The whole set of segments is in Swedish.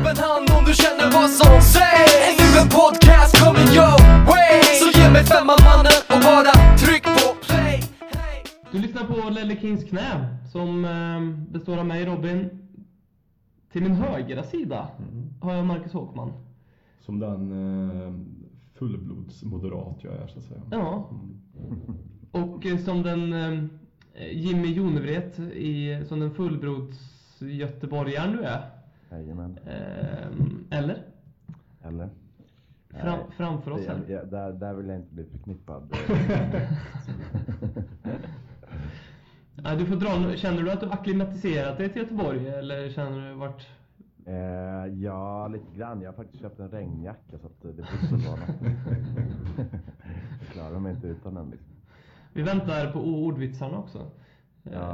upp en hand om du känner vad som sägs. Är nu en podcast coming your way? Så ge mig 5 mannen och bara tryck på play. Du lyssnar på Lelle Kings knä, som består av mig, Robin. Till min högra sida har jag Marcus Håkman. Som den fullblodsmoderat jag är, så att säga. Ja. Och som den Jimmy Jonevret som den fullblodsgöteborgaren du är. Jajamän. Eller? Framför oss här. Där vill jag inte bli förknippad. Du får dra. Känner du att du akklimatiserat dig till Göteborg? Eller känner du vart? Ja, lite grann. Jag har faktiskt köpt en regnjacka, så att det blir så bra. Jag klarar mig inte utan den liksom. Vi väntar på ordvitsarna också. Ja,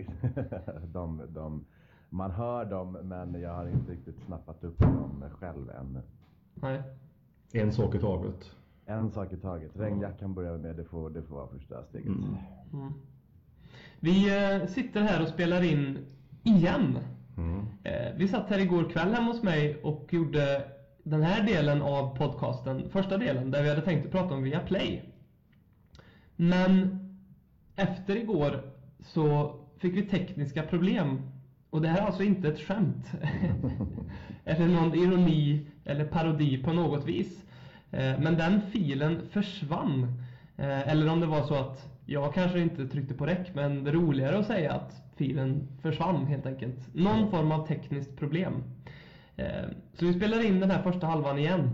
man hör dem, men jag har inte riktigt snappat upp dem själv än. Nej. En sak i taget. En sak i taget. Regnjackan börjar med, det får vara första steget. Mm. Vi sitter här och spelar in igen. Vi satt här igår kväll hemma hos mig och gjorde den här delen av podcasten, första delen, där vi hade tänkt att prata om Viaplay. Men efter igår så fick vi tekniska problem. Och det här är alltså inte ett skämt eller någon ironi eller parodi på något vis. Men den filen försvann. Eller om det var så att jag kanske inte tryckte på räck, men det är roligare att säga att filen försvann helt enkelt. Någon form av tekniskt problem. Så vi spelar in den här första halvan igen.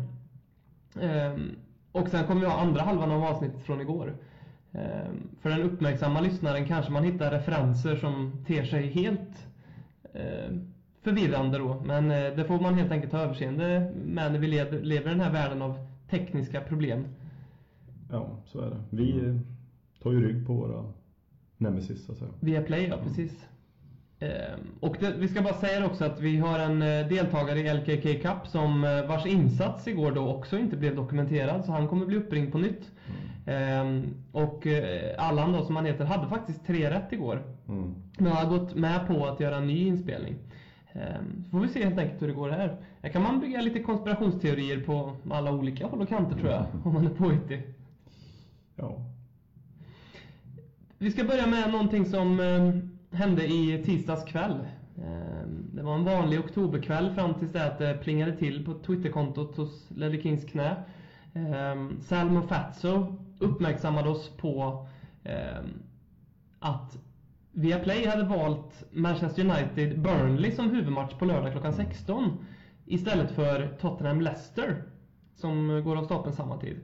Och sen kommer jag andra halvan av avsnittet från igår. För den uppmärksamma lyssnaren kanske man hittar referenser som ter sig helt förvirrande då. Men det får man helt enkelt ta överseende med när vi lever i den här världen av tekniska problem. Ja, så är det. Vi tar ju rygg på våra nemesis, så att säga. Viaplay, ja, precis. Och vi ska bara säga också att vi har en deltagare i LKK Cup som vars insats igår då också inte blev dokumenterad, så han kommer bli uppringd på nytt. Och Allan då, som han heter, hade faktiskt 3 rätt igår. Men har gått med på att göra en ny inspelning. Så får vi se helt enkelt hur det går här. Här kan man bygga lite konspirationsteorier på alla olika håll och kanter, tror jag, om man är påhittig. Ja. Vi ska börja med någonting som hände i tisdags kväll. Det var en vanlig oktoberkväll fram tills det att det plingade till på Twitterkontot hos Lelle Kings knä. Salmo Fatso uppmärksammade oss på att Viaplay hade valt Manchester United Burnley som huvudmatch på lördag klockan 16 istället för Tottenham Leicester som går av stapeln samma tid.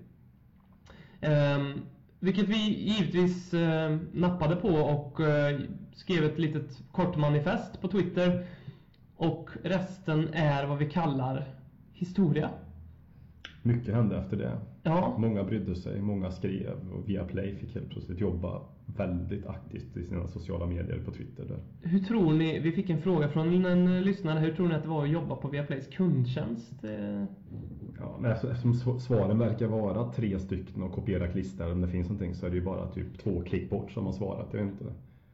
Vilket vi givetvis nappade på och skrev ett litet kort manifest på Twitter. Och resten är vad vi kallar historia. Mycket hände efter det. Ja. Många brydde sig, många skrev, och Viaplay fick helt plötsligt jobba väldigt aktivt i sina sociala medier på Twitter där. Hur tror ni, vi fick en fråga från en lyssnare, hur tror ni att det var att jobba på Viaplays kundtjänst? Ja, men eftersom svaren verkar vara 3 stycken och kopiera klister, om det finns någonting, så är det ju bara typ 2 klick bort som har svarat, jag vet inte.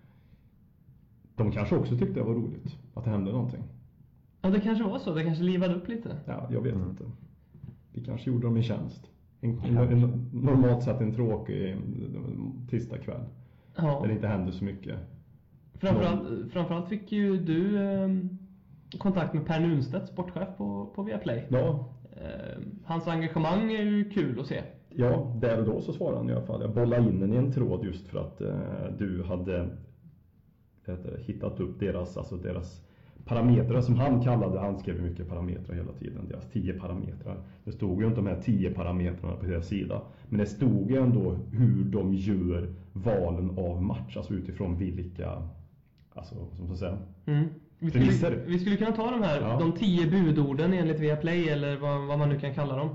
De kanske också tyckte det var roligt att det hände någonting. Ja, det kanske var så, det kanske livade upp lite. Ja, jag vet inte. Vi kanske gjorde dem en tjänst. Normalt sett en tråkig tisdag kväll. Ja. Där det inte hände så mycket. Framförallt fick ju du kontakt med Per Nunstedt, sportchef på Viaplay. Ja. Hans engagemang är ju kul att se. Ja, där och då så svarade han i alla fall. Jag bollade in den i en tråd just för att du hade hittat upp deras parametrar som han kallade. Han skrev mycket parametrar hela tiden. Deras 10 parametrar. Det stod ju inte de här 10 parametrarna på deras sida. Men det stod ju ändå hur de gör valen av match. Alltså utifrån vilka, alltså som man säger, vi skulle kunna ta de här, de 10 budorden enligt Viaplay eller vad man nu kan kalla dem.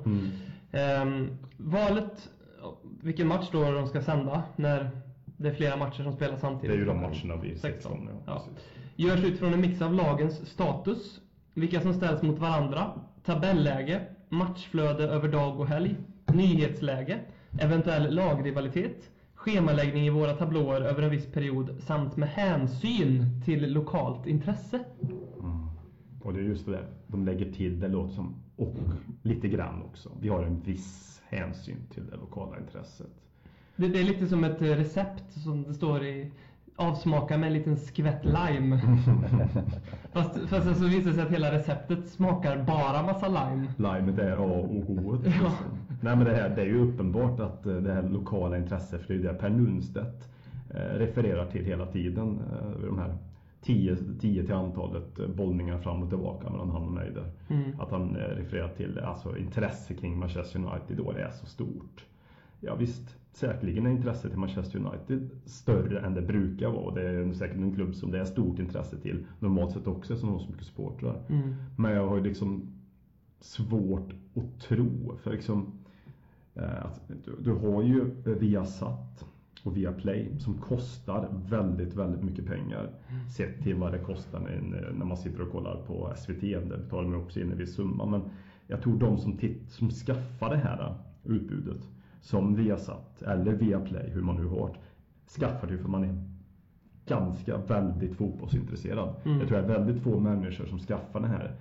Valet, vilken match då de ska sända när det är flera matcher som spelas samtidigt. Det är ju de matcherna vid 16. Ja. Görs utifrån en mix av lagens status, vilka som ställs mot varandra, tabelläge, matchflöde över dag och helg, nyhetsläge, eventuell lagrivalitet, schemaläggning i våra tablåer över en viss period samt med hänsyn till lokalt intresse. Och det är just det där, de lägger till det låter som, och lite grann också. Vi har en viss hänsyn till det lokala intresset. Det är lite som ett recept som det står i, avsmaka med en liten skvätt lime. fast så visar det sig att hela receptet smakar bara massa lime. Limet är A och O. Liksom. Nej, men det är ju uppenbart att det här lokala intresset, för det är det Per Nunstedt refererar till hela tiden. De här 10 till antalet bollningar fram och tillbaka mellan han och mig där. Att han refererar till alltså intresse kring Manchester United då det är så stort. Ja visst, säkerligen är intresset till Manchester United större än det brukar vara. Det är säkert en klubb som det är stort intresse till normalt sett också som har så mycket supportrar. Men jag har ju liksom svårt att tro för liksom att du har ju Viasat och Viaplay som kostar väldigt, väldigt mycket pengar sett till vad det kostar när man sitter och kollar på SVT. Det betalar man också in en viss summa. Men jag tror de som skaffar det här utbudet som Viasat eller Viaplay, hur man nu har skaffar det för man är ganska väldigt fotbollsintresserad. Jag tror det är väldigt få människor som skaffar det här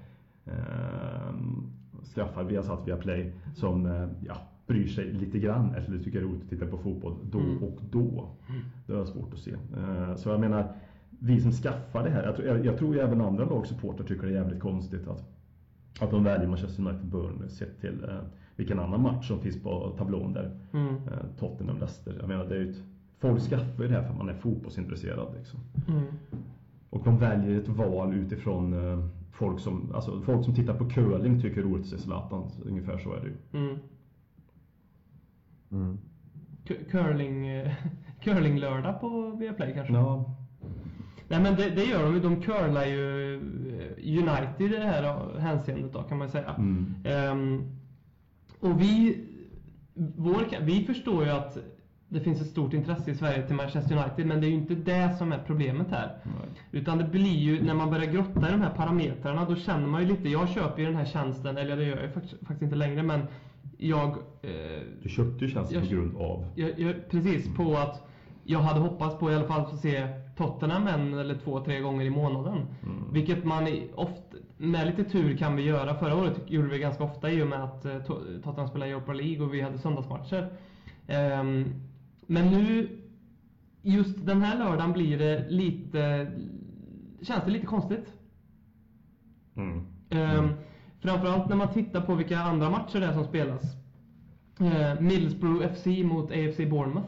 skaffar Viasat Viaplay som bryr sig lite grann eller tycker det är roligt att titta på fotboll då och då. Det är svårt att se. Så jag menar, vi som skaffar det här, jag tror även andra lagsupportrar tycker det är jävligt konstigt att de väljer Manchester United Burnley sett till vilken annan match som finns på tablån där. Tottenham Leicester. Jag menar, det är ju folk skaffar ju det här för att man är fotbollsintresserad liksom. Och de väljer ett val utifrån folk som tittar på curling tycker roligt att se Zlatan. Ungefär så är det ju. Curling lördag på Viaplay kanske? Ja. Nej, men det gör de ju. De curlar ju United i det här hänseendet då, kan man säga. Och vi förstår ju att det finns ett stort intresse i Sverige till Manchester United, men det är ju inte det som är problemet här. Utan det blir ju, när man börjar grotta i de här parametrarna, då känner man ju lite, jag köper ju den här tjänsten, eller det gör jag faktiskt inte längre, men du köpte ju tjänsten på grund av precis, på att jag hade hoppats på i alla fall få se Tottenham 1 eller 2-3 gånger i månaden. Vilket man ofta, med lite tur kan vi göra. Förra året gjorde vi ganska ofta i och med att Tottenham spelade i Europa League och vi hade söndagsmatcher. Men nu, just den här lördagen blir det lite, känns det lite konstigt. Framförallt när man tittar på vilka andra matcher det är som spelas. Middlesbrough FC mot AFC Bournemouth.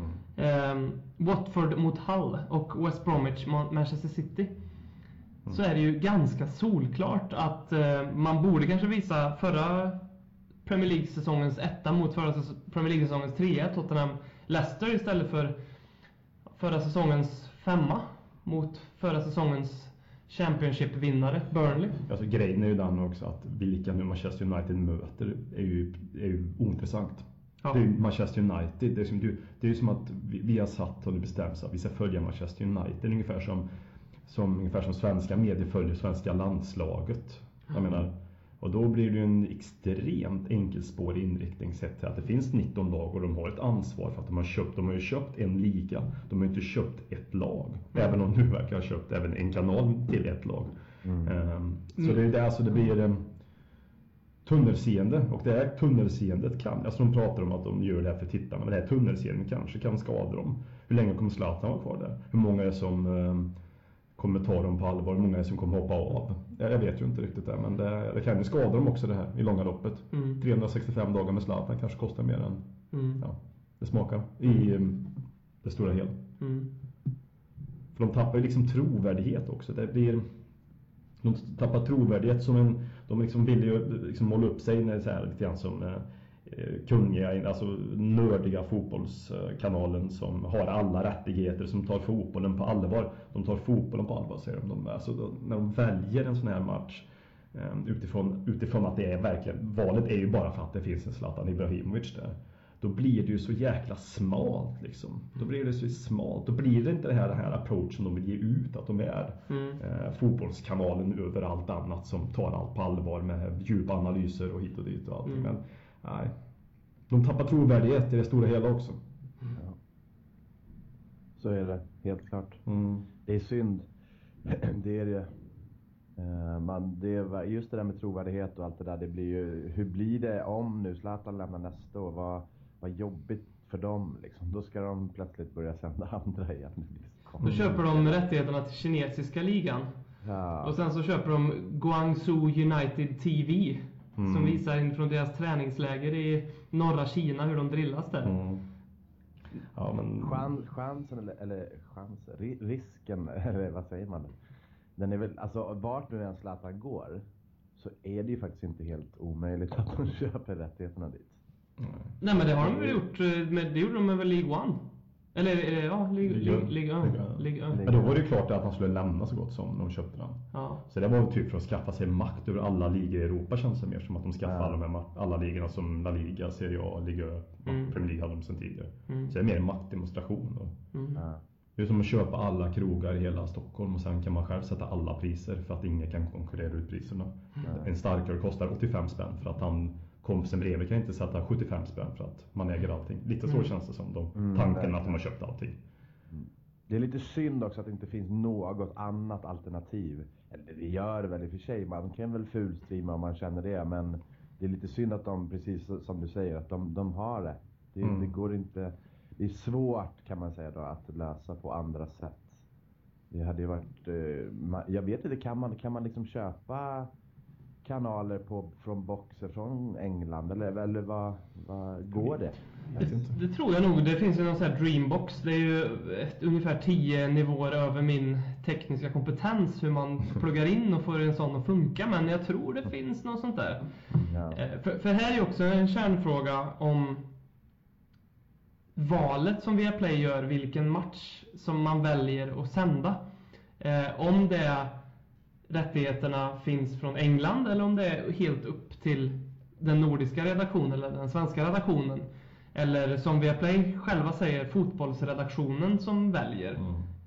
Watford mot Hull och West Bromwich Manchester City. Så är det ju ganska solklart att man borde kanske visa förra Premier League-säsongens 1 mot förra Premier League-säsongens 3, Tottenham Leicester, istället för förra säsongens 5 mot förra säsongens Championship-vinnare Burnley. Alltså grejen är ju den också att vilka nu Manchester United möter är ju ointressant. Ja. Det är Manchester United, det är ju som att vi har satt och det bestäms att vi ska följa Manchester United ungefär som svenska medier följer svenska landslaget. Jag menar, och då blir det ju en extremt enkelspårig inriktning sett till att det finns 19 lag och de har ett ansvar för att de har ju köpt en liga, de har inte köpt ett lag. Även om nu verkar ha köpt även en kanal till ett lag. Så det är det, alltså det blir tunnelseende, och det här tunnelseendet kan, alltså de pratar om att de gör det här för tittarna, men det här tunnelseendet kanske kan skada dem. Hur länge kommer Zlatan vara kvar där? Hur många är som kommer ta dem på allvar? Hur många är som kommer hoppa av? Jag vet ju inte riktigt det, men det kan ju skada dem också det här i långa loppet. 365 dagar med Zlatan kanske kostar mer än det smakar i det stora hela. För de tappar ju liksom trovärdighet också. De tappar trovärdighet som de liksom vill ju liksom måla upp sig när så här lite grann som kunniga, alltså nördiga fotbollskanalen som har alla rättigheter, som tar fotbollen på allvar. De tar fotbollen på allvar, säger de. Alltså när de väljer en sån här match utifrån att det är verkligen, valet är ju bara för att det finns en Zlatan Ibrahimovic där. Då blir det ju så jäkla smalt liksom. Då blir det så smalt. Då blir det inte det här approach som de vill ge ut, att de är fotbollskanalen över allt annat som tar allt på allvar med djupa analyser och hit och dit och allting. Men nej, de tappar trovärdighet i det stora hela också. Ja. Så är det, helt klart. Det är synd. Det är det. Men just det där med trovärdighet och allt det där, det blir ju, hur blir det om nu Zlatan lämnar nästa år? Vad jobbigt för dem liksom. Då ska de plötsligt börja sända andra igen. Då köper de rättigheterna till kinesiska ligan. Ja. Och sen så köper de Guangzhou United TV som visar in från deras träningsläger i norra Kina hur de drillas där. Ja, men... Chansen risken, eller vad säger man? Den är väl, alltså vart nu än Zlatan går så är det ju faktiskt inte helt omöjligt att de köper rättigheterna dit. Nej, men det har de väl gjort, det gjorde de väl League One. Eller ja, League. Men då var det ju klart att han skulle lämna så gott som de köpte den. Ja. Så det var ju typ för att skaffa sig makt över alla ligor i Europa, känns det mer som att de skaffade alla ligorna som La Liga, Serie A, Liga, Premier League hade de sedan tidigare. Så det är mer en maktdemonstration då. Det är som att köpa alla krogar i hela Stockholm och sen kan man själv sätta alla priser för att ingen kan konkurrera ut priserna. En starkare kostar 85 spänn för att kompisen bredvid kan inte sätta 75 spänn för att man äger allting. Lite så känns det som tanken att de har köpt allting. Det är lite synd också att det inte finns något annat alternativ. Eller det gör det väl i och för sig. Man kan väl fulstreama om man känner det. Men det är lite synd att de, precis som du säger, att de har det. Det går inte... Det är svårt kan man säga då att lösa på andra sätt. Det hade ju varit... jag vet inte, kan man liksom köpa kanaler från boxer från England? Eller vad går det? Det tror jag nog. Det finns ju någon sån här Dreambox. Det är ju ungefär 10 nivåer över min tekniska kompetens hur man pluggar in och får en sån att funka. Men jag tror det finns något sånt där. Ja. För här är ju också en kärnfråga om valet som Viaplay gör, vilken match som man väljer att sända. Om det rättigheterna finns från England eller om det är helt upp till den nordiska redaktionen eller den svenska redaktionen. Eller som Viaplay själva säger, fotbollsredaktionen som väljer.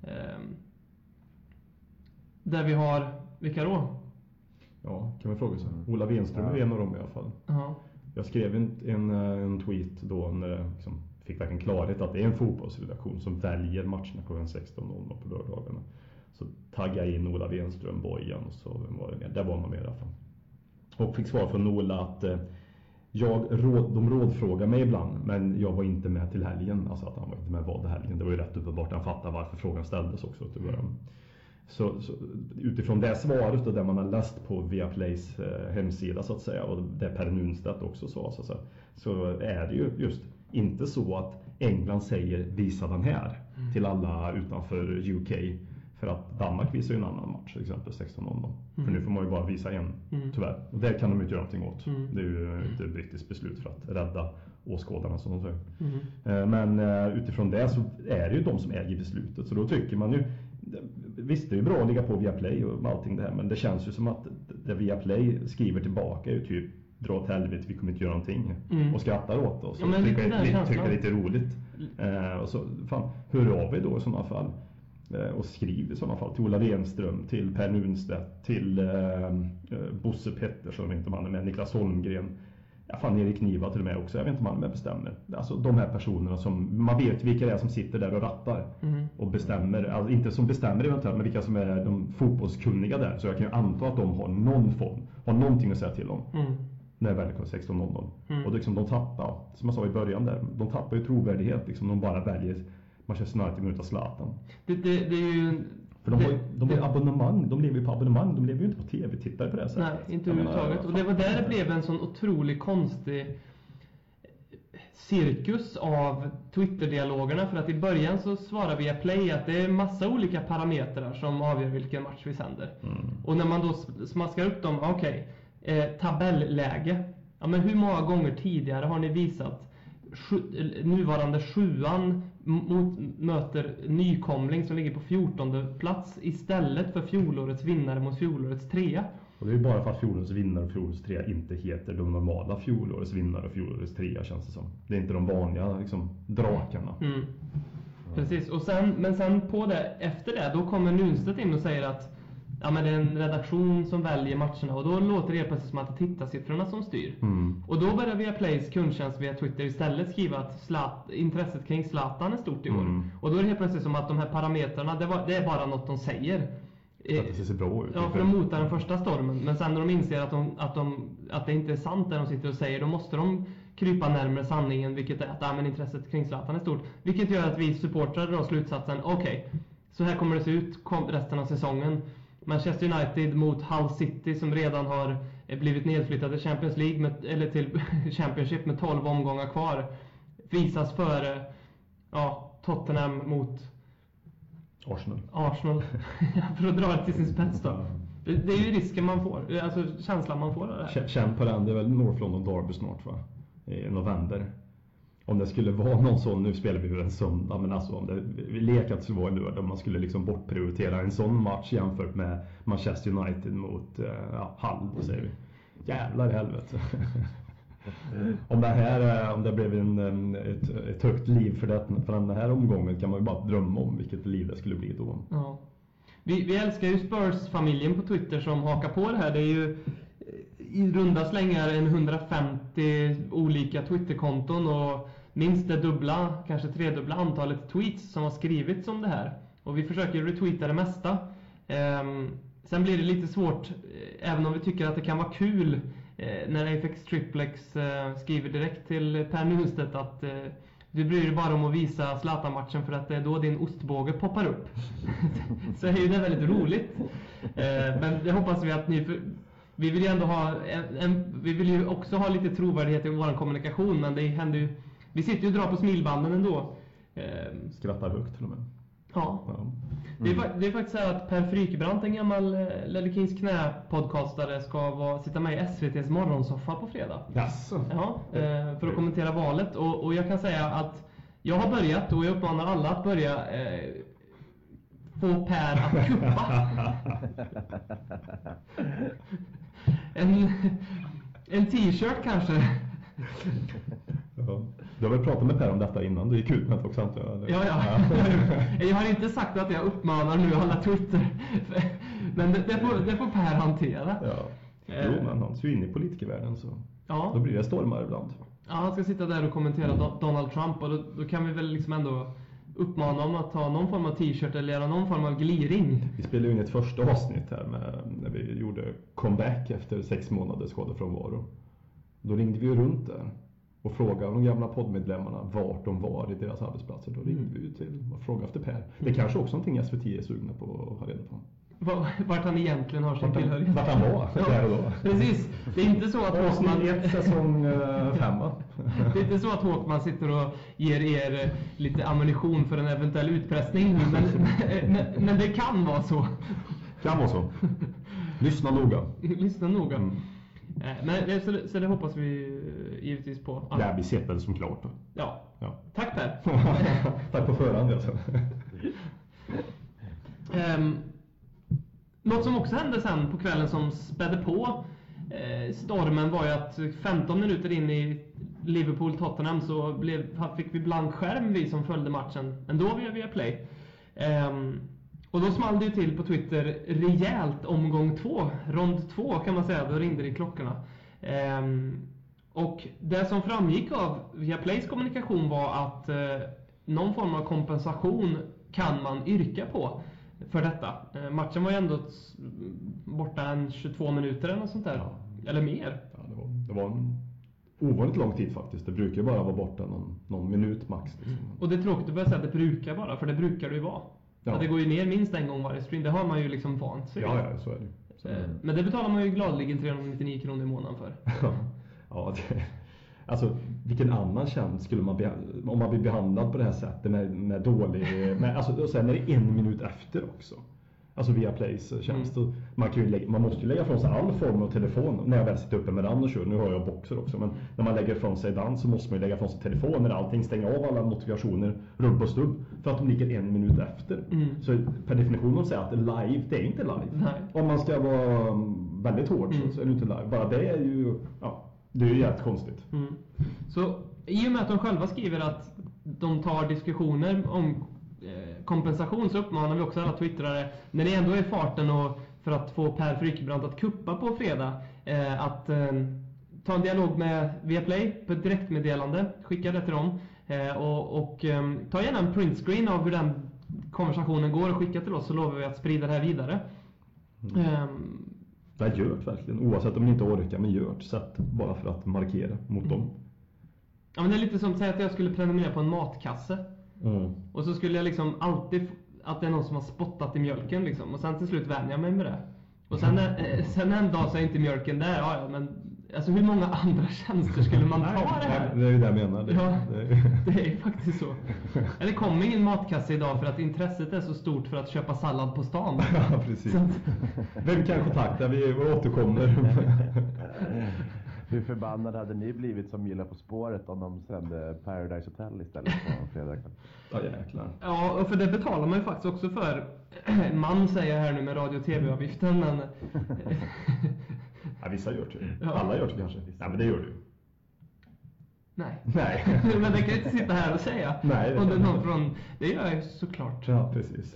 Där vi har, vilka då? Ja, kan man fråga sig. Ola Wenström är en av dem i alla fall. Jag skrev en tweet då när det liksom fick verkligen klarhet att det är en fotbollsredaktion som väljer matcherna klockan 16:00 på lördagarna. Så taggade jag in Ola Wenström, Bojan och så var det med. Där var man med i alla fall. Och fick svar från Ola att de rådfrågar mig ibland, men jag var inte med till helgen. Alltså att han var inte med vad helgen. Det var ju rätt uppenbart. Han fattade varför frågan ställdes också till början. Så utifrån det svaret och där man har läst på Viaplays hemsida så att säga, och det Per Nunstedt också sa så är det ju just inte så att England säger visa den här till alla utanför UK. För att Danmark visar ju en annan match, till exempel 16:00. För nu får man ju bara visa en, tyvärr. Och det kan de inte göra någonting åt. Det är ju ett brittiskt beslut för att rädda åskådarna, som de säger. Men utifrån det så är det ju de som äger beslutet. Så då tycker man ju, visst det är ju bra att ligga på Viaplay och allting det här. Men det känns ju som att det Viaplay skriver tillbaka är ju typ, dra åt helvete, vi kommer inte göra någonting. Och skrattar åt oss. Och tycker det är lite roligt. Och så, fan, hur av vi då i sådana fall? Och skriv i sådana fall till Ola Wenström, till Per Nunstedt, till Bosse Pettersson, inte man är med, Niklas Holmgren, Erik Niva till och med också, jag vet inte om man med bestämmer. Alltså de här personerna som, man vet vilka det är som sitter där och rattar och bestämmer, alltså inte som bestämmer eventuellt, men vilka som är de fotbollskunniga där. Så jag kan ju anta att de har någonting att säga till om. När väl kommer 16:00. Och liksom de tappar, som jag sa i början där, de tappar ju trovärdighet liksom, de bara väljer Manchester United minuter Zlatan. Det är ju... För de har abonnemang, de lever ju på abonnemang, de lever ju inte på tv-tittare på det sättet. Nej, inte överhuvudtaget. Och det var där det blev en sån otroligt konstig cirkus av Twitter-dialogerna. För att i början så svarar Viaplay att det är massa olika parametrar som avgör vilken match vi sänder. Och när man då smaskar upp dem, tabelläge. Ja, men hur många gånger tidigare har ni visat nuvarande 7:an möter nykomling som ligger på 14:e plats istället för fjolårets vinnare mot fjolårets 3:a. Och det är ju bara för att fjolårets vinnare och fjolårets 3:a inte heter de normala fjolårets vinnare och fjolårets 3:a, känns det som. Det är inte de vanliga liksom, drakarna. Precis, och sen på det, efter det, då kommer Nunstedt in och säger att ja, men det är en redaktion som väljer matcherna, och då låter det plötsligt som att det är tittarsiffrorna som styr. Och då börjar Viaplays kundtjänst via Twitter istället skriva att intresset kring Zlatan är stort i år. Och då är det helt plötsligt som att de här parametrarna, det är bara något de säger. För att det ser bra ut. Ja, för att mota den första stormen. Men sen när de inser att det inte är sant det de sitter och säger, då måste de krypa närmare sanningen, vilket är att intresset kring Zlatan är stort. Vilket gör att vi supportrar drar slutsatsen, okej, så här kommer det se ut resten av säsongen. Manchester United mot Hull City som redan har blivit nedflyttade till Champions League eller till Championship med 12 omgångar kvar. Visas före Tottenham mot Arsenal. För att dra det till sin spets då. Det är ju risken man får, alltså känslan man får av det här. Känn på den, det är väl North London Derby snart va? I november. Om det skulle vara någon sån, nu spelar vi ju en söndag, men alltså om vi lekat att det var en lördag, om man skulle liksom bortprioritera en sån match jämfört med Manchester United mot Hull, då säger vi. Jävlar i helvete. Om det blev ett högt liv för den här omgången kan man ju bara drömma om vilket liv det skulle bli då. Ja. Vi älskar ju Spurs-familjen på Twitter som hakar på det här. Det är ju i runda slängar 150 olika Twitterkonton och minst det dubbla, kanske tredubbla antalet tweets som har skrivits om det här. Och vi försöker retweeta det mesta. Sen blir det lite svårt, även om vi tycker att det kan vara kul när Apex Triplex skriver direkt till Per Nunstedt att du bryr dig bara om att visa Zlatan-matchen för att det är då din ostbåge poppar upp. Så är ju det väldigt roligt. Men det hoppas vi att vi vill ju ändå vi vill ju också ha lite trovärdighet i vår kommunikation, men det händer ju, vi sitter ju och drar på smilbanden ändå. Skrattar högt till och med. Ja. Det är faktiskt så här att Per Frykebrant, en gammal Lellekins knä-podcastare, ska sitta med i SVT:s morgonsoffa på fredag. Yes. Ja, för att kommentera valet. Och jag kan säga att jag har börjat, och jag uppmanar alla att börja få Per att kuppa. En t-shirt kanske. Ja. Du har väl pratat med Per om detta innan, du gick ut med det också antar jag? Ja. Jag har inte sagt att jag uppmanar nu alla Twitter. Men det får Per hantera. Ja. Jo, men han är ju inne i politikervärlden så ja. Då blir det stormar ibland. Ja, han ska sitta där och kommentera Donald Trump, och då kan vi väl liksom ändå uppmana om att ta någon form av t-shirt eller göra någon form av gliring. Vi spelade ju in ett första avsnitt här när vi gjorde comeback efter 6 månaders skadefrånvaro. Då ringde vi ju runt där och frågade de gamla poddmedlemmarna vart de var i deras arbetsplatser. Då ringde vi ju till och frågade efter Per. Det är kanske också någonting SVT är sugna på att ha reda på. Vart han egentligen har sin tillhörighet. Vart han var där och då. Precis. Det är inte så att Håkman 1 säsong 5. Det är inte så att Håkman sitter och ger er lite ammunition för en eventuell utpressning. Men det kan vara så. Kan vara så. Lyssna noga. Lyssna noga. Men så det hoppas vi givetvis på. Det blir sepel som klart. Ja. Tack Per. Tack på förhand alltså. Något som också hände sen på kvällen som spädde på stormen var ju att 15 minuter in i Liverpool-Tottenham så fick vi blank skärm, vi som följde matchen ändå via Play. Och då small det ju till på Twitter rejält omgång 2, rond 2 kan man säga, då ringde det i klockorna. Och det som framgick av Viaplays kommunikation var att någon form av kompensation kan man yrka på för detta. Matchen var ju ändå borta en 22 minuter eller något sånt där. Ja. Eller mer. Ja, det var en ovanligt lång tid faktiskt. Det brukar bara vara borta någon minut max. Liksom. Och det är tråkigt att börja säga att det brukar bara, för det brukar det ju vara. Ja. Det går ju ner minst en gång varje stream. Det har man ju liksom vant sig. Ja, så är det. Men det betalar man ju gladeligen 399 kronor i månaden för. Ja, alltså vilken annan tjänst skulle man om man blir behandlad på det här sättet med dålig alltså och sen är det 1 minut efter också. Alltså via Plays tjänst. Man måste ju lägga från sig all form av telefon när jag väl sitter uppe med den och kör. Nu har jag boxer också, men när man lägger från sig den så måste man ju lägga från sig telefonen, allting, stänga av alla notifikationer, rubb och stubb, för att de ligger 1 minut efter. Så per definition de säger att live, det är inte live. Nej. Om man ska vara väldigt hård så är det inte live. Bara det är ju, det är ju jävligt konstigt. Så i och med att de själva skriver att de tar diskussioner om kompensation, så uppmanar vi också alla twittrare, när det ändå är farten och för att få Per Frykebrant att kuppa på fredag, att ta en dialog med Viaplay på ett direktmeddelande, skicka det till dem och ta gärna en printscreen av hur den konversationen går och skicka till oss, så lovar vi att sprida det här vidare. Det är gjort verkligen, oavsett om ni inte orkar, men gjort sätt bara för att markera mot dem. Ja, men det är lite som att säga att jag skulle prenumerera på en matkasse. Och så skulle jag liksom alltid att det är någon som har spottat i mjölken liksom. Och sen till slut vänjer jag mig med det. Och sen en dag så är inte mjölken där. Ja, men alltså hur många andra tjänster skulle man ta det här? Det är ju det jag menar. Det är ju faktiskt så. Eller kommer ingen matkasse idag för att intresset är så stort för att köpa sallad på stan. Ja, precis. Vem kan kontakta? Vi återkommer. Hur förbannade hade ni blivit som gillar På spåret om de sände Paradise Hotel istället på fredag? Ja, jäklar. Ja, och för det betalar man ju faktiskt också för. Man säger här nu med radio- och tv-avgiften, men... Ja, vissa gör det. Alla gör det kanske. Nej, men det gör du. Nej. Men det kan jag inte sitta här och säga. Nej, det, någon från... det gör jag ju såklart. Ja, precis.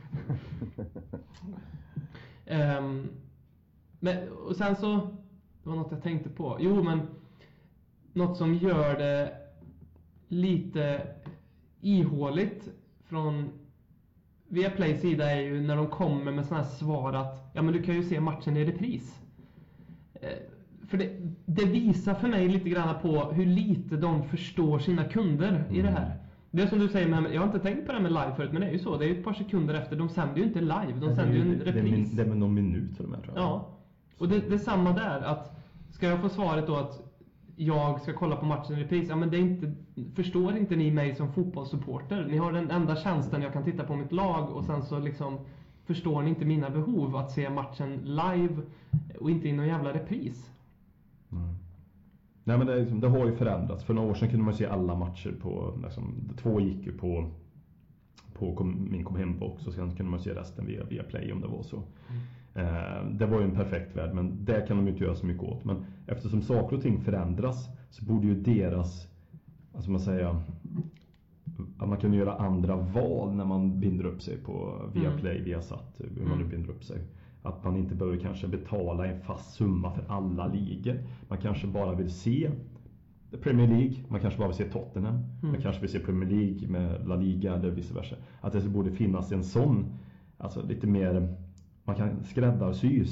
Men, och sen så... Det var något jag tänkte på. Jo, men... Något som gör det lite ihåligt från Viaplays sida är ju när de kommer med sådana här svar att ja, men du kan ju se matchen i repris. För det visar för mig lite grann på hur lite de förstår sina kunder i det här. Det är som du säger, jag har inte tänkt på det med live förut, men det är ju så. Det är ju ett par sekunder efter. De sänder ju inte live, de sänder ju en repris. Det är med någon minut för de här, tror jag. Ja, och det är samma där. Att ska jag få svaret då att jag ska kolla på matchen i repris, ja, men det är inte, förstår inte ni mig som fotbollssupporter? Ni har den enda tjänsten jag kan titta på mitt lag, och sen så liksom förstår ni inte mina behov att se matchen live och inte i någon jävla repris. Nej, men det har ju förändrats. För några år sedan kunde man se alla matcher på, liksom, 2 gick ju på min kom hem-box, och sen kunde man se resten via Play om det var så. Det var ju en perfekt värld, men det kan de inte göra så mycket åt. Men eftersom saker och ting förändras så borde ju deras, alltså man säger, att man kan göra andra val när man binder upp sig på Viaplay, Viasat, hur man nu binder upp sig. Att man inte behöver kanske betala en fast summa för alla ligor. Man kanske bara vill se Premier League, man kanske bara vill se Tottenham, man kanske vill se Premier League med La Liga eller vice versa. Att det borde finnas en sån, alltså lite mer, man kan skräddarsy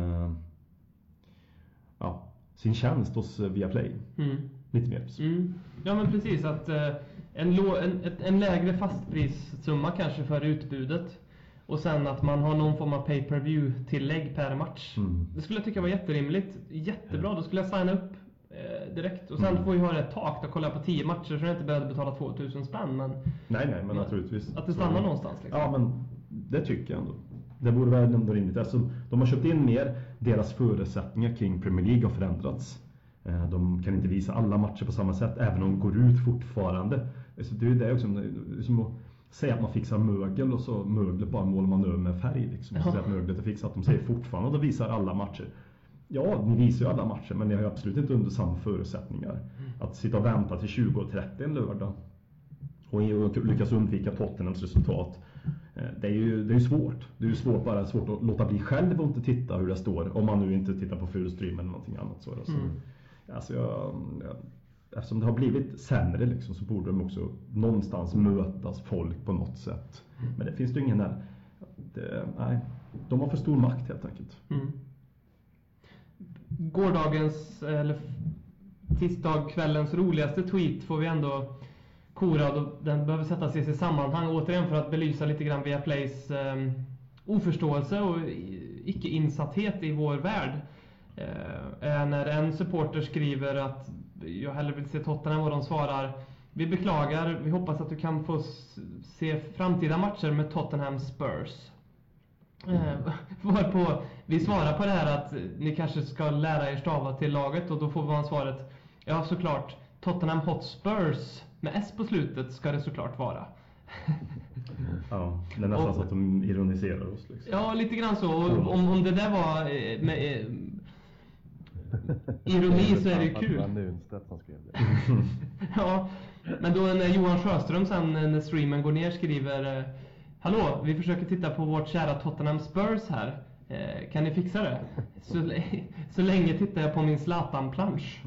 sin tjänst hos Viaplay. Lite mer. Ja, men precis, att en lägre fastprissumma kanske för utbudet. Och sen att man har någon form av pay-per-view-tillägg per match. Det skulle jag tycka var jätterimligt. Jättebra, då skulle jag signa upp direkt. Och sen får vi ha ett tak, då kollar jag på 10 matcher så jag inte behöver betala 2000 spänn. Men nej, men naturligtvis. Att det stannar någonstans liksom. Ja, men det tycker jag ändå. Det borde vara ändå rimligt. Alltså, de har köpt in mer, deras förutsättningar kring Premier League har förändrats. De kan inte visa alla matcher på samma sätt, även om de går ut fortfarande. Så det är det också, som att säga att man fixar mögel, och så möglet bara målar man över med färg liksom. Så att möglet är fixat. De säger fortfarande att de visar alla matcher. Ja, ni visar ju alla matcher, men ni har ju absolut inte under samma förutsättningar. Att sitta och vänta till 20:30 en lördag och lyckas undvika Tottenhams resultat. Det är ju svårt. Det är ju svårt att låta bli själv och inte titta hur det står. Om man nu inte tittar på fullstream eller någonting annat. Så. Alltså eftersom det har blivit sämre liksom, så borde de också någonstans mötas folk på något sätt. Men det finns ju ingen där. Nej, de har för stor makt helt enkelt. Gårdagens, eller tisdagskvällens roligaste tweet får vi ändå korad, och den behöver sättas i sitt sammanhang återigen för att belysa lite grann Viaplays oförståelse och icke-insatthet i vår värld. När en supporter skriver att jag hellre vill se Tottenham, och de svarar: vi beklagar, vi hoppas att du kan få se framtida matcher med Tottenham Spurs. Varpå vi svarar på det här att ni kanske ska lära er stava till laget, och då får man svaret: ja, såklart, Tottenham Hotspurs med S på slutet ska det såklart vara. Ja, det är nästan så att de ironiserar oss liksom. Ja, lite grann så. Om det där var med ironi så är det ju kul. Det var Nunstedt som skrev det. Ja, men då när Johan Sjöström sen när streamen går ner skriver: hallå, vi försöker titta på vårt kära Tottenham Spurs här. Kan ni fixa det? Så länge tittar jag på min Zlatan-plansch.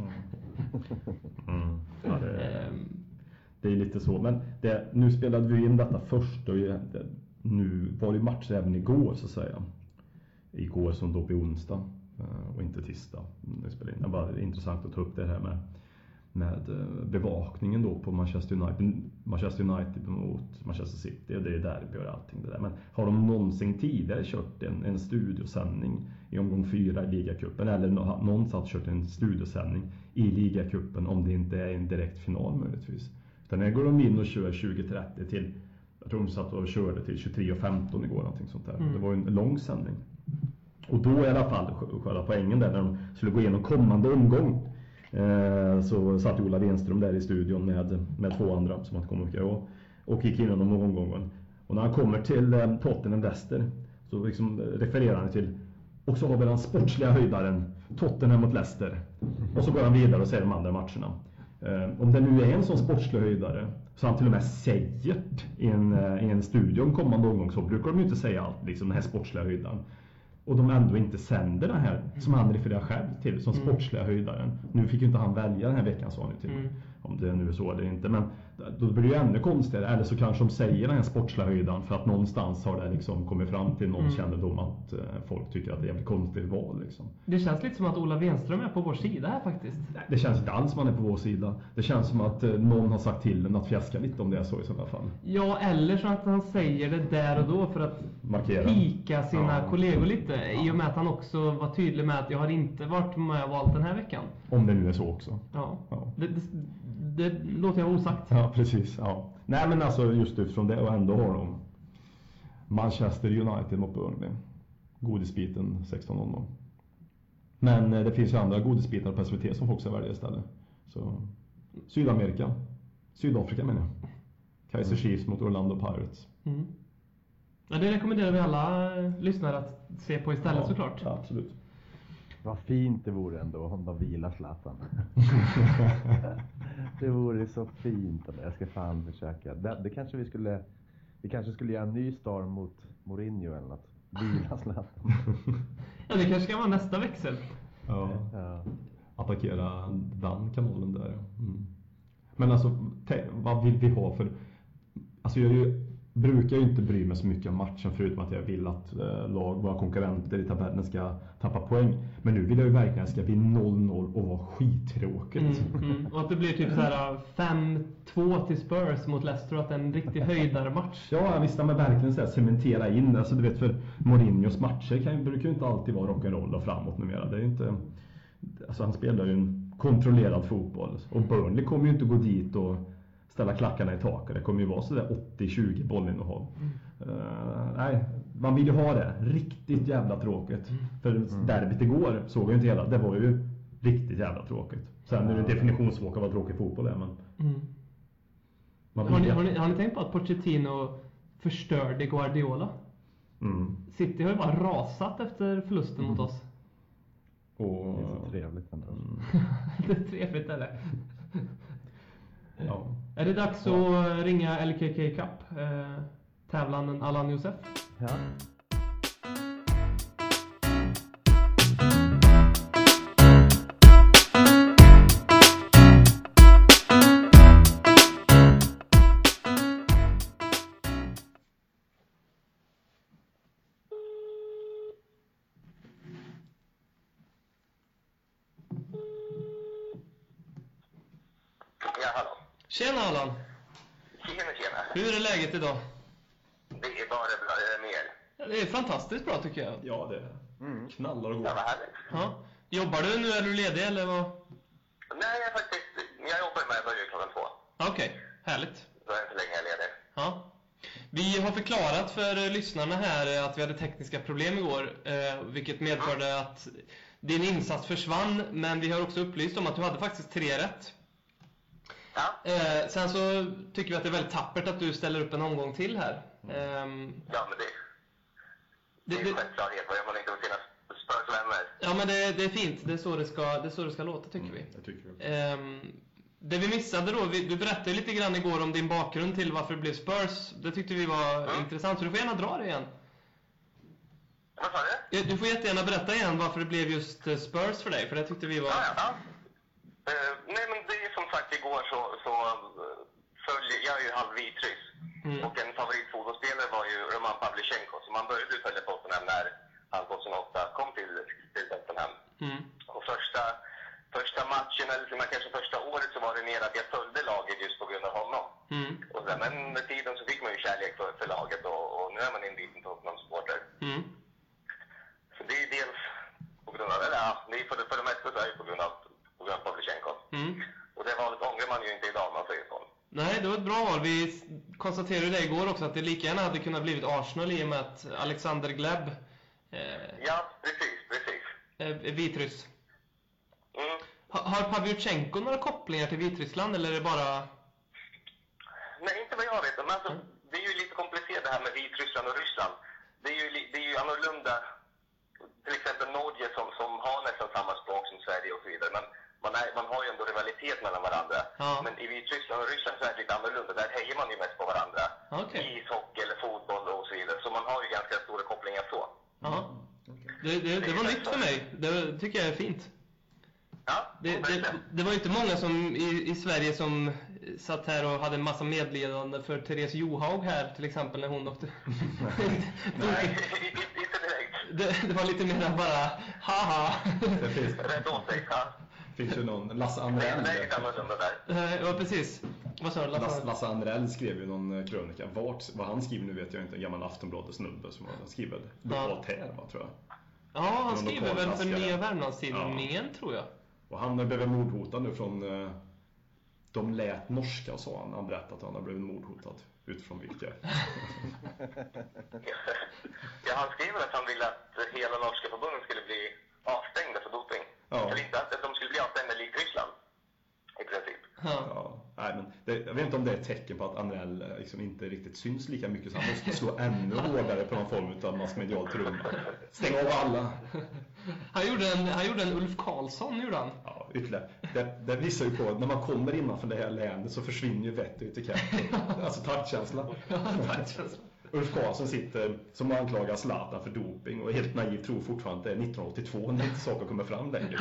Ja, det är lite så. Men nu spelade vi in detta först, och nu var det match även igår så att säga. igår som då blir onsdag och inte tisdag. Det är bara intressant att ta upp det här med bevakningen då på Manchester United mot Manchester City, och det är derby och allting det där. Men har de någonsin tidigare kört en studiosändning i omgång 4 i ligacupen, eller någonstans kört en studiosändning i ligacupen om det inte är en direkt final möjligtvis? Utan här går de in och kör 20:30 till, jag tror de satt och körde till 23:15 igår, någonting sånt där. Det var en lång sändning. Och då i alla fall själva poängen där, när de skulle gå igenom kommande omgång, så satt Ola Wenström där i studion med 2 andra som han kom och gick igenom omgången. Och när han kommer till Tottenham Leicester så liksom refererar han till, och så har vi den sportsliga höjdaren Tottenham mot Leicester. Och så går han vidare och säger de andra matcherna. Om det nu är en sån sportslig höjdare, så han till och med säger i en studio om kommande omgång, så brukar de ju inte säga allt, liksom den här sportsliga höjdaren. Och de ändå inte sänder den här som han refererar själv till som sportsliga höjdaren. Nu fick ju inte han välja den här veckan, sa han ju till. Om det nu är så eller inte. Men då blir det ju ännu konstigare. Eller så kanske de säger den här sportsliga höjdaren för att någonstans har det liksom kommit fram till någon kännedom att folk tycker att det är jävligt konstigt val liksom. Det känns lite som att Ola Wenström är på vår sida här faktiskt. Nej, det känns inte alls som att han är på vår sida. Det känns som att någon har sagt till den att fjäska lite om det är så i sådana fall. Ja, eller så att han säger det där och då för att markera, pika sina kollegor lite. I och med att han också var tydlig med att jag har inte varit med och valt den här veckan. Om det nu är så också. Ja. Det låter jag osagt. Ja, precis. Ja. Nej, men alltså just utifrån det, och ändå har de Manchester United mot Burnley. Godisbiten 16:00. Men det finns ju andra godisbitar på SVT som folk ska välja istället. Så Sydafrika menar jag. Kaiser Chiefs mot Orlando Pirates. Ja, det rekommenderar vi alla lyssnare att se på istället, såklart. Ja, absolut. Vad fint det vore ändå om de vilar Zlatan. Det vore så fint. Jag ska fan försöka. Det kanske vi kanske skulle göra en ny storm mot Mourinho eller något. Vila Zlatan. Ja, det kanske ska vara nästa växel. Ja. Attackera den kanalen där. Men alltså, vad vill vi ha för... Alltså jag brukar ju inte bry mig så mycket om matchen, förutom att jag vill att våra konkurrenter i tabellen ska tappa poäng. Men nu vill jag ju verkligen att det ska bli 0-0 och vara skittråkigt. Och att det blir typ så här 5-2 till Spurs mot Leicester, att det är en riktig höjdarmatch. Ja, visst, men verkligen så här, cementera in. Alltså du vet, för Mourinhos matcher brukar ju inte alltid vara rock'n'roll och framåt numera. Det är inte... Alltså han spelar ju en kontrollerad fotboll. Och Burnley kommer ju inte gå dit och ställa klackarna i taket. Det kommer ju vara sådär 80-20 bollinnehav. Nej, man vill ju ha det. Riktigt jävla tråkigt. För derbyt igår såg jag inte hela. Det var ju riktigt jävla tråkigt. Sen är det definitionsfråga vad tråkig fotboll är. Men har ni tänkt på att Pochettino förstörde Guardiola? City har ju bara rasat efter förlusten mot oss. Det är så trevligt ändå. Det är trevligt, eller? Ja. Är det dags att ringa LKK Cup, tävlanden Allan Josef? Ja. Tjena Allan! Tjena. Hur är läget idag? Det är bara bra, det är mer. Ja, det är fantastiskt bra tycker jag. Ja, det knallar och går. Ja, vad härligt. Ja. Jobbar du nu, eller är du ledig eller vad? Nej, jag jobbar med att börja klockan 2. Okej, härligt. Då är det inte länge jag är ledig. Ja. Vi har förklarat för lyssnarna här att vi hade tekniska problem igår, vilket medförde att din insats försvann, men vi har också upplyst om att du hade faktiskt 3 rätt. Ja. Sen så tycker vi att det är väldigt tappert att du ställer upp en omgång till här. Ja, men det är självklarhet. Jag var inte med sina Spurs-vänner. Ja, men det är fint. Det är så det ska låta, tycker vi. Jag tycker det. Det vi missade då, du berättade lite grann igår om din bakgrund till varför det blev Spurs. Det tyckte vi var intressant, så du får gärna dra det igen. Vad sa du? Du får jättegärna berätta igen varför det blev just Spurs för dig, för det tyckte vi var... Ja. Nej, men det är som sagt, igår så följer jag ju halvvitryss. Och en favoritfotbollsspelare var ju Roman Pavlyuchenko. Så man började ju följa Tottenham när han 2008 kom till Tottenham. Och första matchen, eller kanske första året, så var det mer att jag följde laget just på grund av honom. Och sen, men med tiden så fick man ju kärlek för laget, och nu är man en liten Tottenham-supporter. Så det är dels på grund av, eller ja, det är för det mesta så är det på grund av Pavlyuchenko. Och det valet ångrar man ju inte idag, man säger så. Nej, det var ett bra val. Vi konstaterade det igår också, att det lika gärna hade kunnat blivit Arsenal i och med att Alexander Gleb ja, precis. Vitryss. Har Pavlyuchenko några kopplingar till Vitryssland, eller är det bara... Nej, inte vad jag vet. Men alltså, det är ju lite komplicerat det här med Vitryssland och Ryssland. Det är ju annorlunda. Till exempel Norge som har nästan samma språk som Sverige och så vidare. Men man har ju ändå rivalitet mellan varandra. Ja. Men i Vitryssland och Ryssland så är det lite annorlunda. Där hejar man ju mest på varandra. Okay. I ishockey eller fotboll och så vidare. Så man har ju ganska stora kopplingar så. Ja. Det var nytt för mig. Det tycker jag är fint. Ja, det var ju inte många som i Sverige som satt här och hade en massa medledande för Therese Johaug här till exempel när hon åkte. Nej, inte direkt. Det var lite mer bara haha. Det finns rätt åt sig, ja. Finns ju någon Lasse Andrell. Ja, precis. Vad sa du? Lasse Andrell skrev ju någon krönika. Vad han skriver nu vet jag inte. En gammal Aftonbladet snubbe som han skriver lokalt här, tror jag. Ja, han skriver väl för Nya Värmlandstidningen, tror jag. Och han har blivit mordhotad nu från... De lät norska, sa han. Han berättade att han har blivit mordhotad. Utifrån vilka. Ja, han skriver att han ville att hela norska förbundet skulle bli avstängda för doping. Ja. Eller inte att de skulle bli avstängda likt Ryssland. I princip. Ja. Nej, men jag vet inte om det är ett tecken på att Andrell liksom inte riktigt syns lika mycket, så han måste slå ännu hårdare på någon form av massmedial trumma. Stäng av alla. Han gjorde en Ulf Karlsson, gjorde han. Ja, ytterligare. Det visar ju på att när man kommer innanför det här länet så försvinner ju vett ut i käften. Alltså taktkänsla. Ulf Karlsson sitter som anklagar Zlatan för doping och helt naiv tror fortfarande att det är 1982 när inte saker kommer fram längre.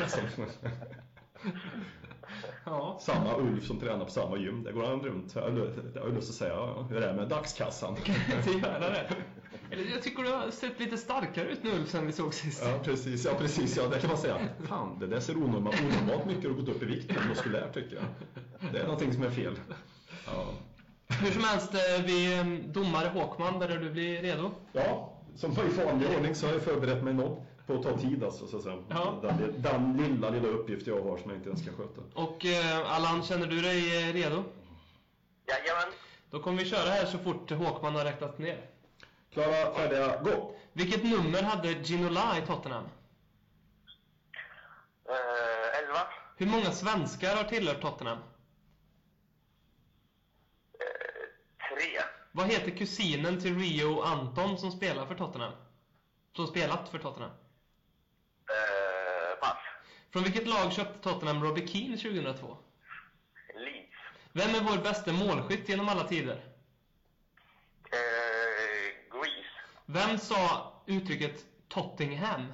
Ja. Samma Ulf som tränar på samma gym. Det går han runt. Jag har lust att säga hur det är med dagskassan. Det gör det. Jag tycker du har sett lite starkare ut nu Ulf sen vi såg sist. Ja, precis. Ja, det kan man säga. Fan, det där ser onormalt mycket och gått upp i vikt muskulärt, tycker jag. Det är någonting som är fel. Ja. Hur som helst, vi domare Håkman, där du blir redo? Ja, som i vanlig ordning så har jag förberett mig något på att ta tid, alltså, så att säga. Ja. Den lilla uppgift jag har som jag inte ens ska sköta. Och Allan, känner du dig redo? Jajamän. Då kommer vi köra här så fort Håkman har räknat ner. Klara, färdiga, gå! Vilket nummer hade Ginola i Tottenham? 11. Hur många svenskar har tillhört Tottenham? 3. Vad heter kusinen till Rio Anton som spelar för Tottenham? Som spelat för Tottenham? Pass. Från vilket lag köpte Tottenham Robbie Keane 2002? Leeds. Vem är vår bästa målskytt genom alla tider? Grease. Vem sa uttrycket Tottenham?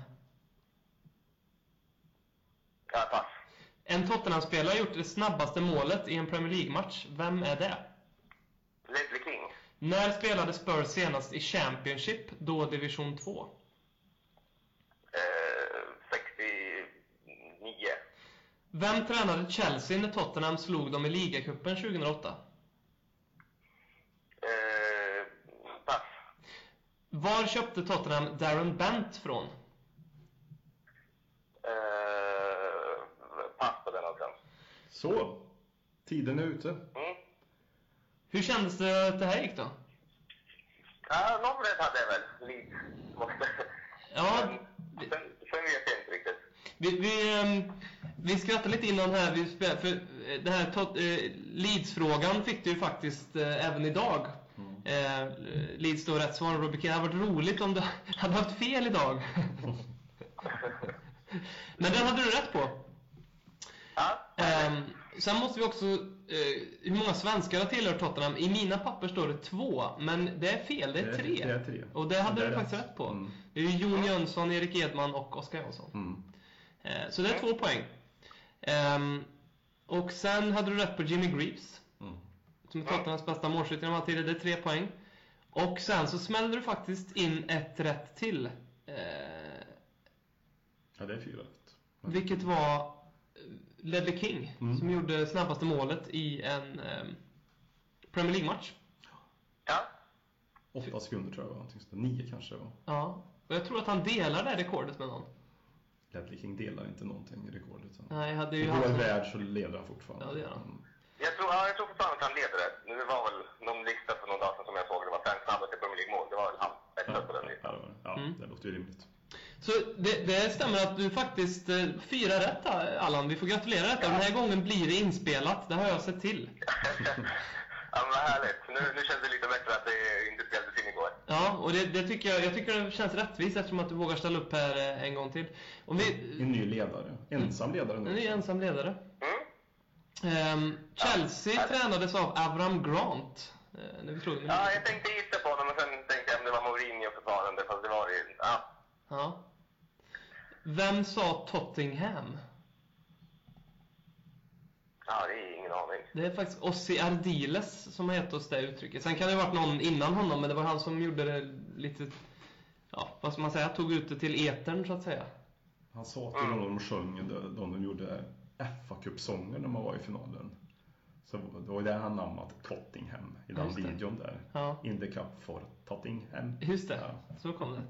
Ja, pass. En Tottenham-spelare har gjort det snabbaste målet i en Premier League-match. Vem är det? Leslie King. När spelade Spurs senast i Championship, då division 2? 69. Vem tränade Chelsea när Tottenham slog dem i ligacupen 2008? Pass. Var köpte Tottenham Darren Bent från? Pass på den också. Så, tiden är ute. Hur kändes det att det här gick då? Ja, någon rätt hade jag väl. Lite. Ja. Sen vet jag inte riktigt. Vi skrattar lite innan här. För den här Leeds-frågan fick du ju faktiskt även idag. Leeds står rätt svar. Robbie Keane, det hade varit roligt om du hade haft fel idag. Men den hade du rätt på. Ja. Sen måste vi också hur många svenskar har tillhört Tottenham? I mina papper står det 2, men det är fel, det är 3. Det är 3. Och det hade du faktiskt rätt på. Det är ju Jon Jönsson, Erik Edman och Oskar Jansson. Så det är 2 poäng. Och sen hade du rätt på Jimmy Greaves, som är Tottenhams bästa målskytt genom alla tider. Det är 3 poäng. Och sen så smällde du faktiskt in ett rätt till. Ja, det är 4 rätt. Vilket var Ledley King som gjorde snabbaste målet i en Premier League-match. Ja. 8 sekunder tror jag var. 9 kanske var. Ja, och jag tror att han delar det rekordet med någon. Ledley King delar inte någonting i rekordet. Nej, hade ju på en värld så leder han fortfarande. Ja, det gör han. Jag tror fortfarande att han leder det. Det var väl någon lista för någon dag sedan som jag såg. Det var 5 snabbaste Premier League-mål. Det var väl han. På den listan. Ja, det låter ju rimligt. Så det stämmer att du faktiskt 4 rätt, Allan. Vi får gratulera detta. Den här gången blir det inspelat. Det har jag sett till. Ja, men vad härligt. Nu känns det lite bättre att det inte spelades in igår. Ja, och det tycker jag tycker det känns rättvist eftersom att du vågar ställa upp här en gång till. Och En ny ledare. Ensam ledare nu. En ny ensam ledare. Chelsea tränades av Avram Grant. Ja, jag tänkte gissa på honom, men sen tänkte jag om det var Mourinho fortfarande, fast det var det. Ja. Vem sa Tottenham? Ja, det är ingen aning. Det är faktiskt Ossi Ardiles som har gett oss det uttrycket. Sen kan det ha varit någon innan honom, men det var han som gjorde det lite, vad ska man säga, tog ut det till etern så att säga. Han sa till någon de sjöng, de gjorde FA-cupsånger när man var i finalen. Så det var där han namnat Tottenham i den videon där. Ja. In the cup for Tottenham. Just det, så kom det.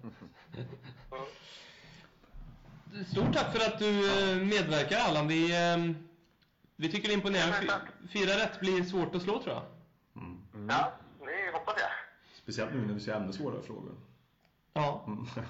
Stort tack för att du medverkar, Allan. Vi tycker det är imponerande. 4 rätt blir svårt att slå, tror jag. Ja, det hoppas jag. Speciellt nu när vi ser ännu svårare frågor. Ja.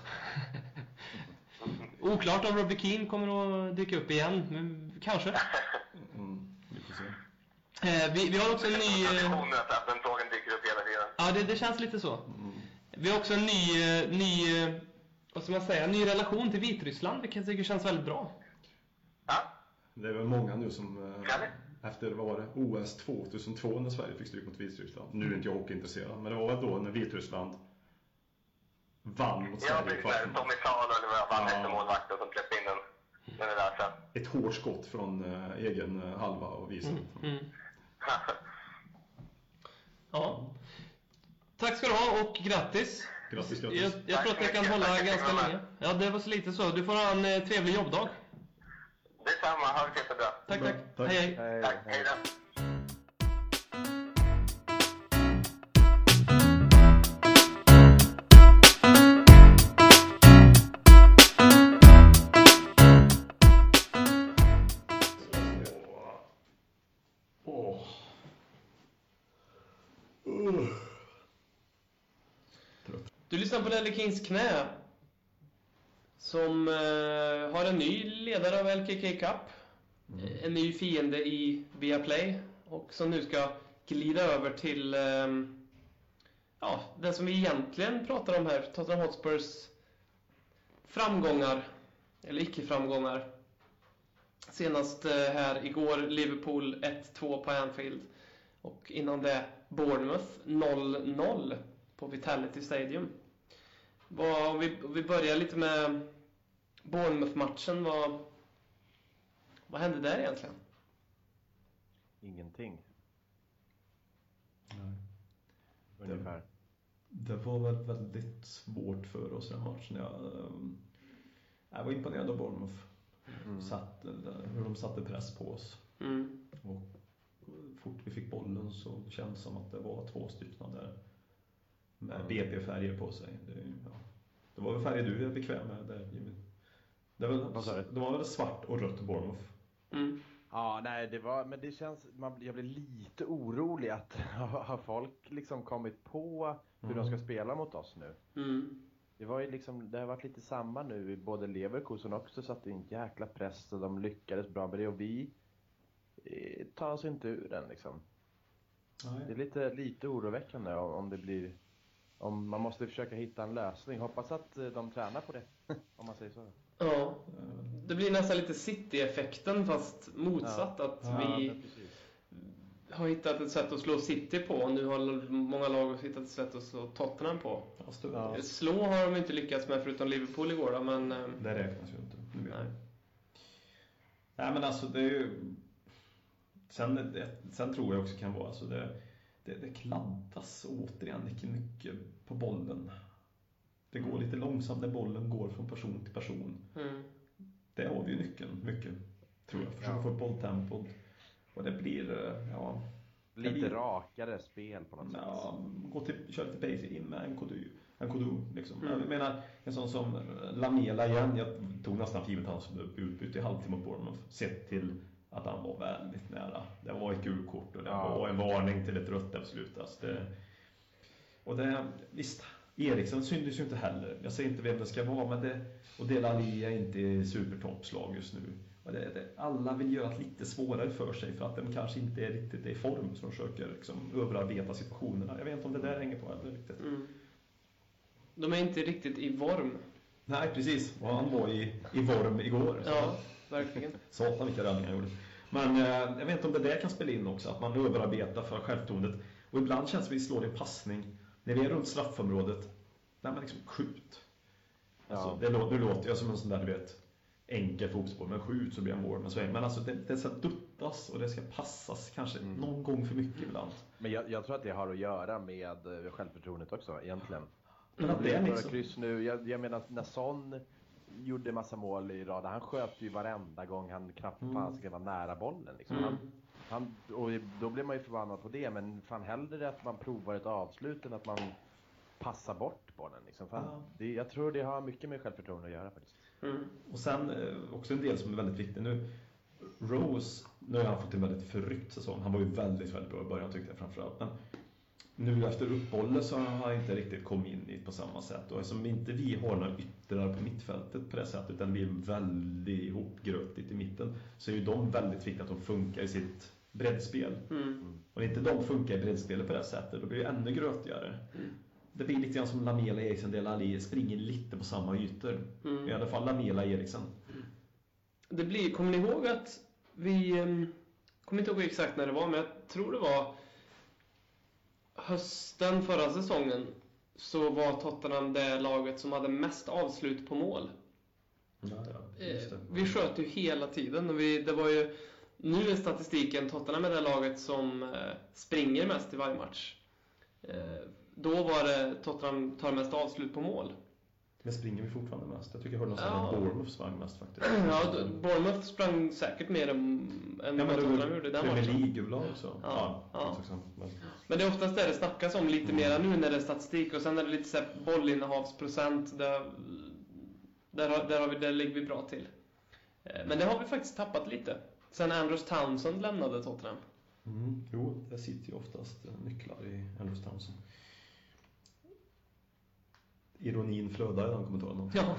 Oklart om Robbie Keane kommer att dyka upp igen, men kanske. Vi får se. Vi har också en ny... Den frågan dyker upp hela tiden. Ja, det känns lite så. Vi har också en ny vad ska man säga, ny relation till Vitryssland, vilket jag tycker känns väldigt bra. Ja. Det är väl många nu som efter vad var det, OS 2002 när Sverige fick stryk mot Vitryssland. Nu är inte jag hockeyintresserad, men det var väl då när Vitryssland vann mot Sverige. Ja, precis. Tommy Salo eller vad vann efter målvakten som släppte in den där sen. Ett hårt skott från egen halva och visen. Ja. Tack ska du ha och grattis. Grattis. Jag tror att jag kan hålla ganska länge. Ja, det var så lite så. Du får ha en trevlig jobbdag. Detsamma, ha det jättebra. Tack. Hej. Tack, hej då. Du lyssnar på Ledley Kings knä som har en ny ledare av LKK Cup, en ny fiende i Viaplay och som nu ska glida över till den som vi egentligen pratar om här, Tottenham Hotspurs framgångar eller icke-framgångar. Senast här igår Liverpool 1-2 på Anfield och innan det Bournemouth 0-0 på Vitality Stadium. Vi börjar lite med Bournemouth-matchen. Vad hände där egentligen? Ingenting. Nej. Ungefär. Det var väl väldigt svårt för oss den matchen. Jag var imponerad av Bournemouth. Hur de satte press på oss. Och fort vi fick bollen så känns det som att det var 2 stycken där med BP-färger på sig. Det var väl färger du är bekväm med där, Jimmy? Det var väl svart och rött Bournemouth. Ja, nej, men det känns, jag blir lite orolig att har folk liksom kommit på hur de ska spela mot oss nu. Det var ju liksom, det har varit lite samma nu i både Leverkusen också, så att det är en jäkla press och de lyckades bra med det och vi tar oss inte ur den liksom. Nej. Det är lite oroväckande om det blir, om man måste försöka hitta en lösning. Hoppas att de tränar på det, om man säger så. Ja, det blir nästan lite City-effekten fast motsatt, att vi har hittat ett sätt att slå City på och nu har många lag hittat ett sätt att slå Tottenham på. Slå har de inte lyckats med förutom Liverpool igår då, men det räknas ju inte. Nej, men alltså det är ju sen tror jag också kan vara alltså det kladdas återigen mycket på bollen. Det går lite långsamt när bollen går från person till person. det har vi ju nyckeln mycket, tror jag. Försöka få bolltempot. Och det blir, lite rakare spel på något sätt. Ja, kör lite basic in med en kodu liksom. Jag menar, en sån som Lamela igen, jag tog nästan 10 hans utbyte i halvtimme på honom, sett till att han var väldigt nära. Det var ett gulkort och det var en varning till ett rött avslut. Visst, Eriksen syndes ju inte heller. Jag säger inte vem det ska vara, men och Dele Alli är inte i supertoppslag just nu. Och alla vill göra det lite svårare för sig för att de kanske inte är riktigt i form, så de försöker liksom överarbeta situationerna. Jag vet inte om det där hänger på eller riktigt. De är inte riktigt i vorm. Nej, precis. Och han var i vorm igår. Ja, verkligen. Satan vilka räddningar jag gjorde. Men jag vet inte om det där kan spela in också, att man överarbetar för självtornet. Och ibland känns det som vi slår en passning när vi är runt straffområdet. Nej, men liksom skjut. Alltså, det låter jag som en sån där, du vet, enkel fotboll, men skjut så blir en mål. Men alltså det ska duttas och det ska passas kanske någon gång för mycket ibland. Men jag tror att det har att göra med självförtroendet också egentligen. Men att det är liksom... kryss nu, jag menar när Son gjorde massa mål i rad, han sköt ju varenda gång han knappt ska vara nära bollen liksom. Och då blir man ju förbannad på det, men fan hellre att man provar ett avslut än att man passar bort bollen liksom. Jag tror det har mycket med självförtroende att göra faktiskt. Och sen också en del som är väldigt viktig nu. Rose, nu har han fått en väldigt förryckt säsong. Han var ju väldigt, väldigt bra i början tyckte jag framförallt. Men nu efter uppehållet så har han inte riktigt kommit in i på samma sätt. Och eftersom inte vi har några yttrar på mittfältet på det sättet, utan vi är väldigt ihopgrötigt i mitten, så är ju de väldigt viktiga att de funkar i sitt breddspel. Och inte de funkar i breddspelet på det sättet, då blir det ännu grötigare. Det blir lite grann som Lamela, Eriksen, Dele Alli springer lite på samma ytor. I alla fall Lamela, Eriksen. Kommer ni ihåg att vi... kommer inte ihåg exakt när det var, men jag tror det var hösten förra säsongen, så var Tottenham det laget som hade mest avslut på mål. Vi sköt ju hela tiden. Och det var ju, nu är statistiken Tottenham är det laget som springer mest i varje match. Då var det Tottenham tar mest avslut på mål. Men springer vi fortfarande mest? Jag tycker jag hörde någon att Bournemouth sprang mest faktiskt. Ja, Bournemouth sprang säkert mer än vad Tottenham gjorde den matchen. Premier League-lag också. Men det är oftast det snackas om lite mer nu när det är statistik. Och sen är det lite så här bollinnehavsprocent. Där ligger vi bra till. Men det har vi faktiskt tappat lite. Sen Andros Townsend lämnade Tottenham. Jo, det sitter ju oftast nycklar i Andros Townsend. Ironin flödar i den kommentaren. Ja.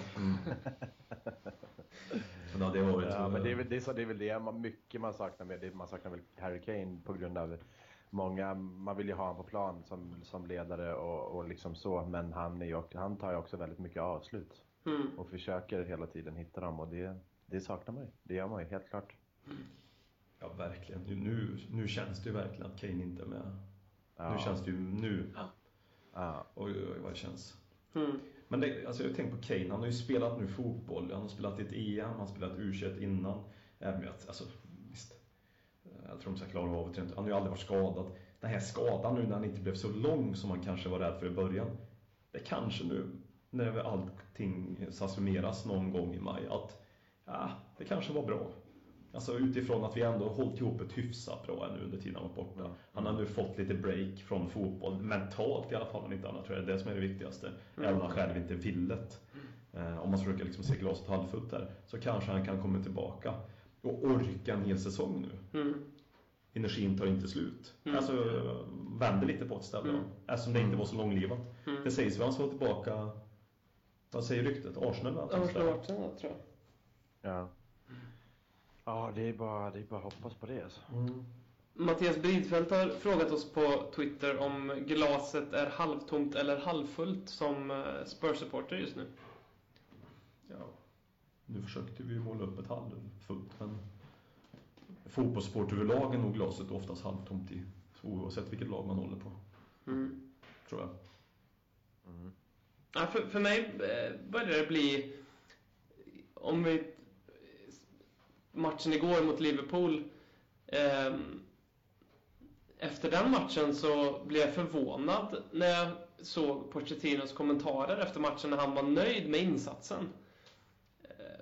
Men det var ja, men det är väl det mycket man saknar med det. Man saknar väl Harry Kane på grund av många, man vill ju ha honom på plan som ledare och liksom så, men han tar ju också väldigt mycket avslut och försöker hela tiden hitta dem, och det saknar man ju. Det gör man ju helt klart. Ja, verkligen. Nu känns det ju verkligen att Kane inte är med. Nu känns det ju Oj, vad det känns. Men alltså jag tänker på Kane, han har ju spelat nu fotboll, han har spelat ett EM, han har spelat U21 innan. Alltså, visst, jag tror de ska klara av det. Han har ju aldrig varit skadad. Den här skadan nu när han inte blev så lång som man kanske var rädd för i början, det kanske nu när allting summeras någon gång i maj att det kanske var bra. Alltså utifrån att vi ändå har hållit ihop ett hyfsat bra nu under tiden han var borta. Han har nu fått lite break från fotboll, mentalt i alla fall, om inte annat, tror jag. Det är det som är det viktigaste. Även om han själv inte vill det. Om man försöker liksom se glaset halvfullt där, så kanske han kan komma tillbaka och orka en hel säsong nu. Energin tar inte slut. Alltså vänder lite på ett ställe. Eftersom det inte var så långlivat. Det sägs väl han ska tillbaka. Vad säger ryktet? Arsenal tror jag. Ja. Ja, det är bara att hoppas på det alltså. Mattias Bridfeldt har frågat oss på Twitter om glaset är halvtomt eller halvfullt som Spurs-supporter just nu. Ja, nu försökte vi måla upp ett halvfullt, men fotbollssport överlag är nog glaset oftast halvtomt i, oavsett vilket lag man håller på. Tror jag. Ja, för mig börjar det bli, om vi matchen igår mot Liverpool, efter den matchen så blev jag förvånad när jag såg Pochettinos kommentarer efter matchen, när han var nöjd med insatsen.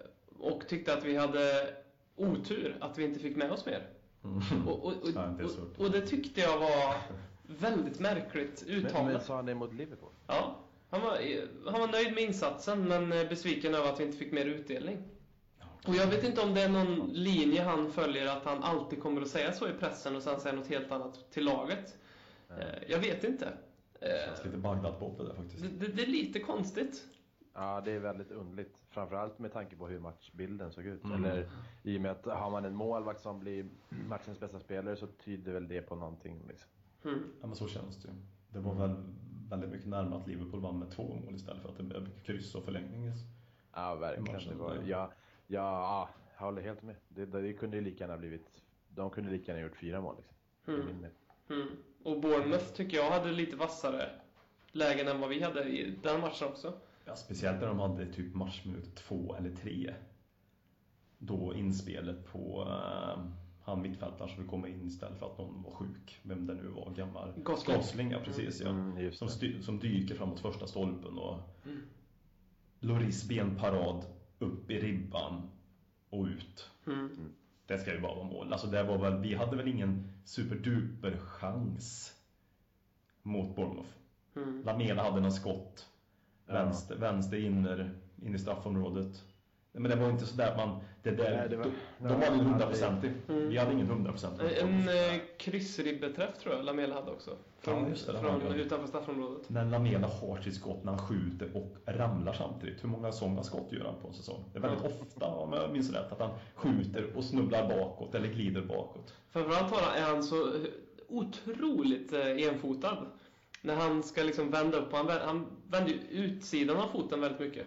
och tyckte att vi hade otur att vi inte fick med oss mer. Och det tyckte jag var väldigt märkligt uttalat. Men sa han det mot Liverpool? Ja, han var nöjd med insatsen men besviken över att vi inte fick mer utdelning. Och jag vet inte om det är någon linje han följer, att han alltid kommer att säga så i pressen och sen säga något helt annat till laget. Jag vet inte. Det känns lite bagdat på det där faktiskt. Det är lite konstigt. Ja, det är väldigt underligt. Framförallt med tanke på hur matchbilden såg ut. Eller i och med att har man en målvakt som blir matchens bästa spelare så tyder väl det på någonting liksom. Ja, men så känns det ju. Det var väl väldigt mycket närmare att Liverpool vann med 2 mål istället för att det blev kryss och förlängning. Ja, verkligen. Det var, jag håller helt med. Det kunde ju lika gärna blivit... De kunde lika gärna gjort 4 mål liksom. Och Bournemouth tycker jag hade lite vassare lägen än vad vi hade i den matchen också. Ja, speciellt när de hade typ matchminut 2 eller 3. Då inspelet på han mittfältaren som vill komma in istället för att någon var sjuk. Vem det nu var, gammal Gosling, ja precis. Som dyker framåt första stolpen och Loris benparad upp i ribban och ut. Det ska ju bara vara mål. Alltså det var väl, vi hade väl ingen superduper chans mot Bournemouth. Lamela hade någon skott. Vänster in i straffområdet. Men det var inte så där att man... De var ju 100%. Vi hade ingen 100%. En kryssribbeträff tror jag Lamela hade också. Från utanför straffområdet. När Lamela har sitt skott, när han skjuter och ramlar samtidigt. Hur många sådana skott gör han på en säsong? Det är väldigt ofta, om jag minns rätt, att han skjuter och snubblar bakåt eller glider bakåt. Framförallt är han så otroligt enfotad. När han ska liksom vända upp, han vänder ju utsidan av foten väldigt mycket.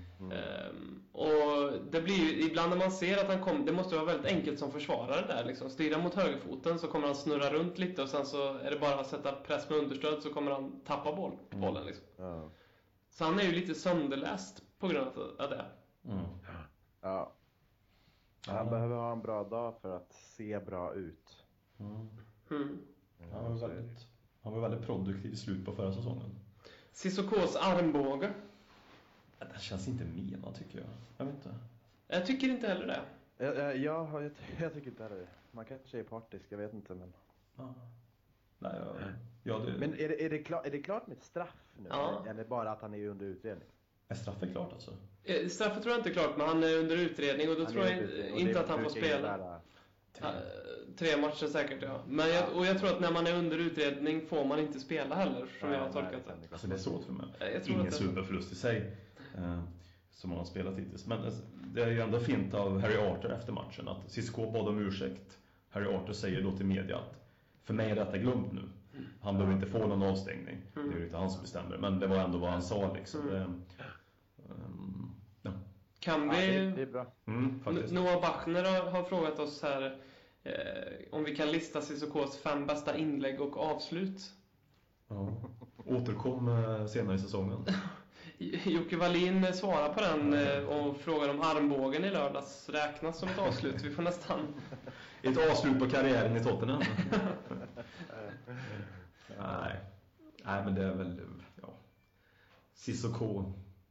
Och det blir ju, ibland när man ser att han kommer, det måste vara väldigt enkelt som försvarare där liksom. Styra mot högerfoten så kommer han snurra runt lite och sen så är det bara att sätta press med understöd så kommer han tappa bollen liksom. Så han är ju lite sönderläst på grund av det. Han behöver ha en bra dag för att se bra ut. Han var väldigt produktiv i slut på förra säsongen. Sissokos armbåge. Det känns inte menat tycker jag. Jag vet inte. Jag tycker inte heller det. Jag tycker inte heller det. Man kanske är partisk, jag vet inte men... Nej, Men är det klart med ett straff nu? Ja. Eller bara att han är under utredning? Är straffet klart alltså? Straffet tror jag inte är klart, men han är under utredning och då tror jag inte att han får spela. 3 matcher säkert, ja. Men jag tror att när man är under utredning får man inte spela heller, som jag har tolkat det. Alltså det är så för mig. Ingen superförlust i sig som man har spelat hittills. Men det är ju ändå fint av Harry Arter efter matchen att Sissoko bad om ursäkt. Harry Arter säger då till media att för mig är detta glömt nu. Han behöver inte få någon avstängning. Det är ju inte han som bestämmer. Men det var ändå vad han sa liksom. Kan vi... det är bra. Noah Bachner har frågat oss här om vi kan lista Sissokos 5 bästa inlägg och avslut. Återkom senare i säsongen. Jocke Wallin svarar på den och frågar om armbågen i lördags räknas som ett avslut. Vi får nästan... Ett avslut på karriären i Tottenham. Nej, men det är väl... Sissoko.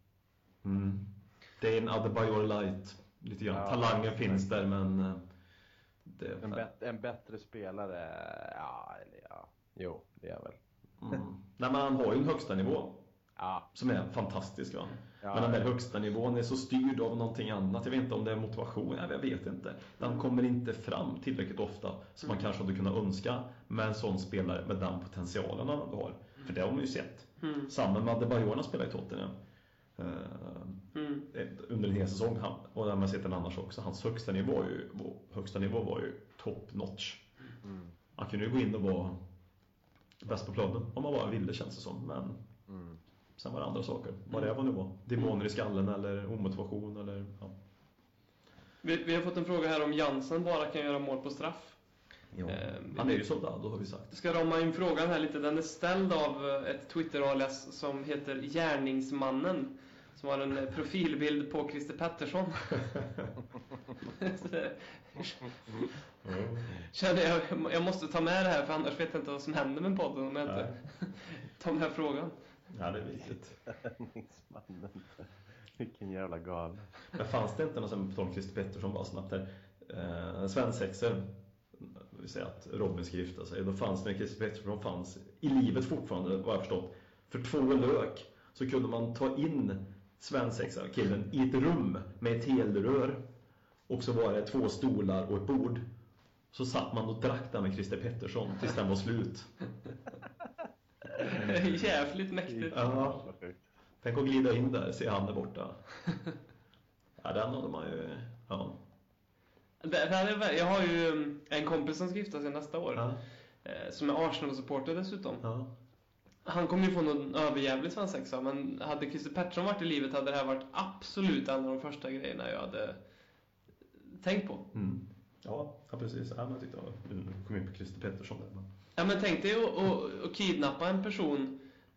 Det är en Adebayor light. Lite grann. Talangen finns där, men... En bättre spelare... Jo, det är väl. Nej, men han har ju en högsta nivå. Som är fantastisk, va? Men den där högsta nivån är så styrd av någonting annat. Jag vet inte om det är motivation, jag vet inte. Den kommer inte fram tillräckligt ofta som man kanske hade kunnat önska med en sån spelare med den potentialen han har. För det har man ju sett. Samma med Adebayor spelar i Tottenham. Under en hel säsong och där man sett den annars också. Hans högsta nivå var ju top notch. Han kunde ju gå in och vara bäst på planen om man bara ville, känns det som. Men sen var det andra saker. Vad det var nu var. Demoner i skallen eller omotivation eller Vi har fått en fråga här om Jansen bara kan göra mål på straff. Han är ju soldado, har vi sagt. Ska rama in frågan här lite. Den är ställd av ett Twitter-alias som heter Gärningsmannen, som har en profilbild på Christer Pettersson. Känner jag måste ta med det här, för annars vet jag inte vad som händer med podden om jag inte tar med frågan. Ja, det är viktigt. Vilken jävla gal. Men fanns det inte någon som från Christer Pettersson bara snabbt där svensexer, vi säger att Robin ska gifta sig, då fanns det Christer Pettersson fanns i livet fortfarande, vad jag förstått, för 2 lök så kunde man ta in svensexa killen i ett rum med ett helrör och så var det 2 stolar och ett bord. Så satt man och drack där med Christer Pettersson tills den var slut. Jävligt mäktigt. Ja. Tänk att glida in där, se han där borta. Ja, den hade man ju... Ja. Jag har ju en kompis som ska gifta sig nästa år. Ja. Som är Arsenal-supporter dessutom. Ja. Han kommer ju få någon överjävlig svensexa. Men hade Christer Pettersson varit i livet hade det här varit absolut en av de första grejerna jag hade tänkt på. Mm. Ja, precis. Ja, men jag tyckte jag kom in på Christer Pettersson där. Men... Ja, men tänk dig att kidnappa en person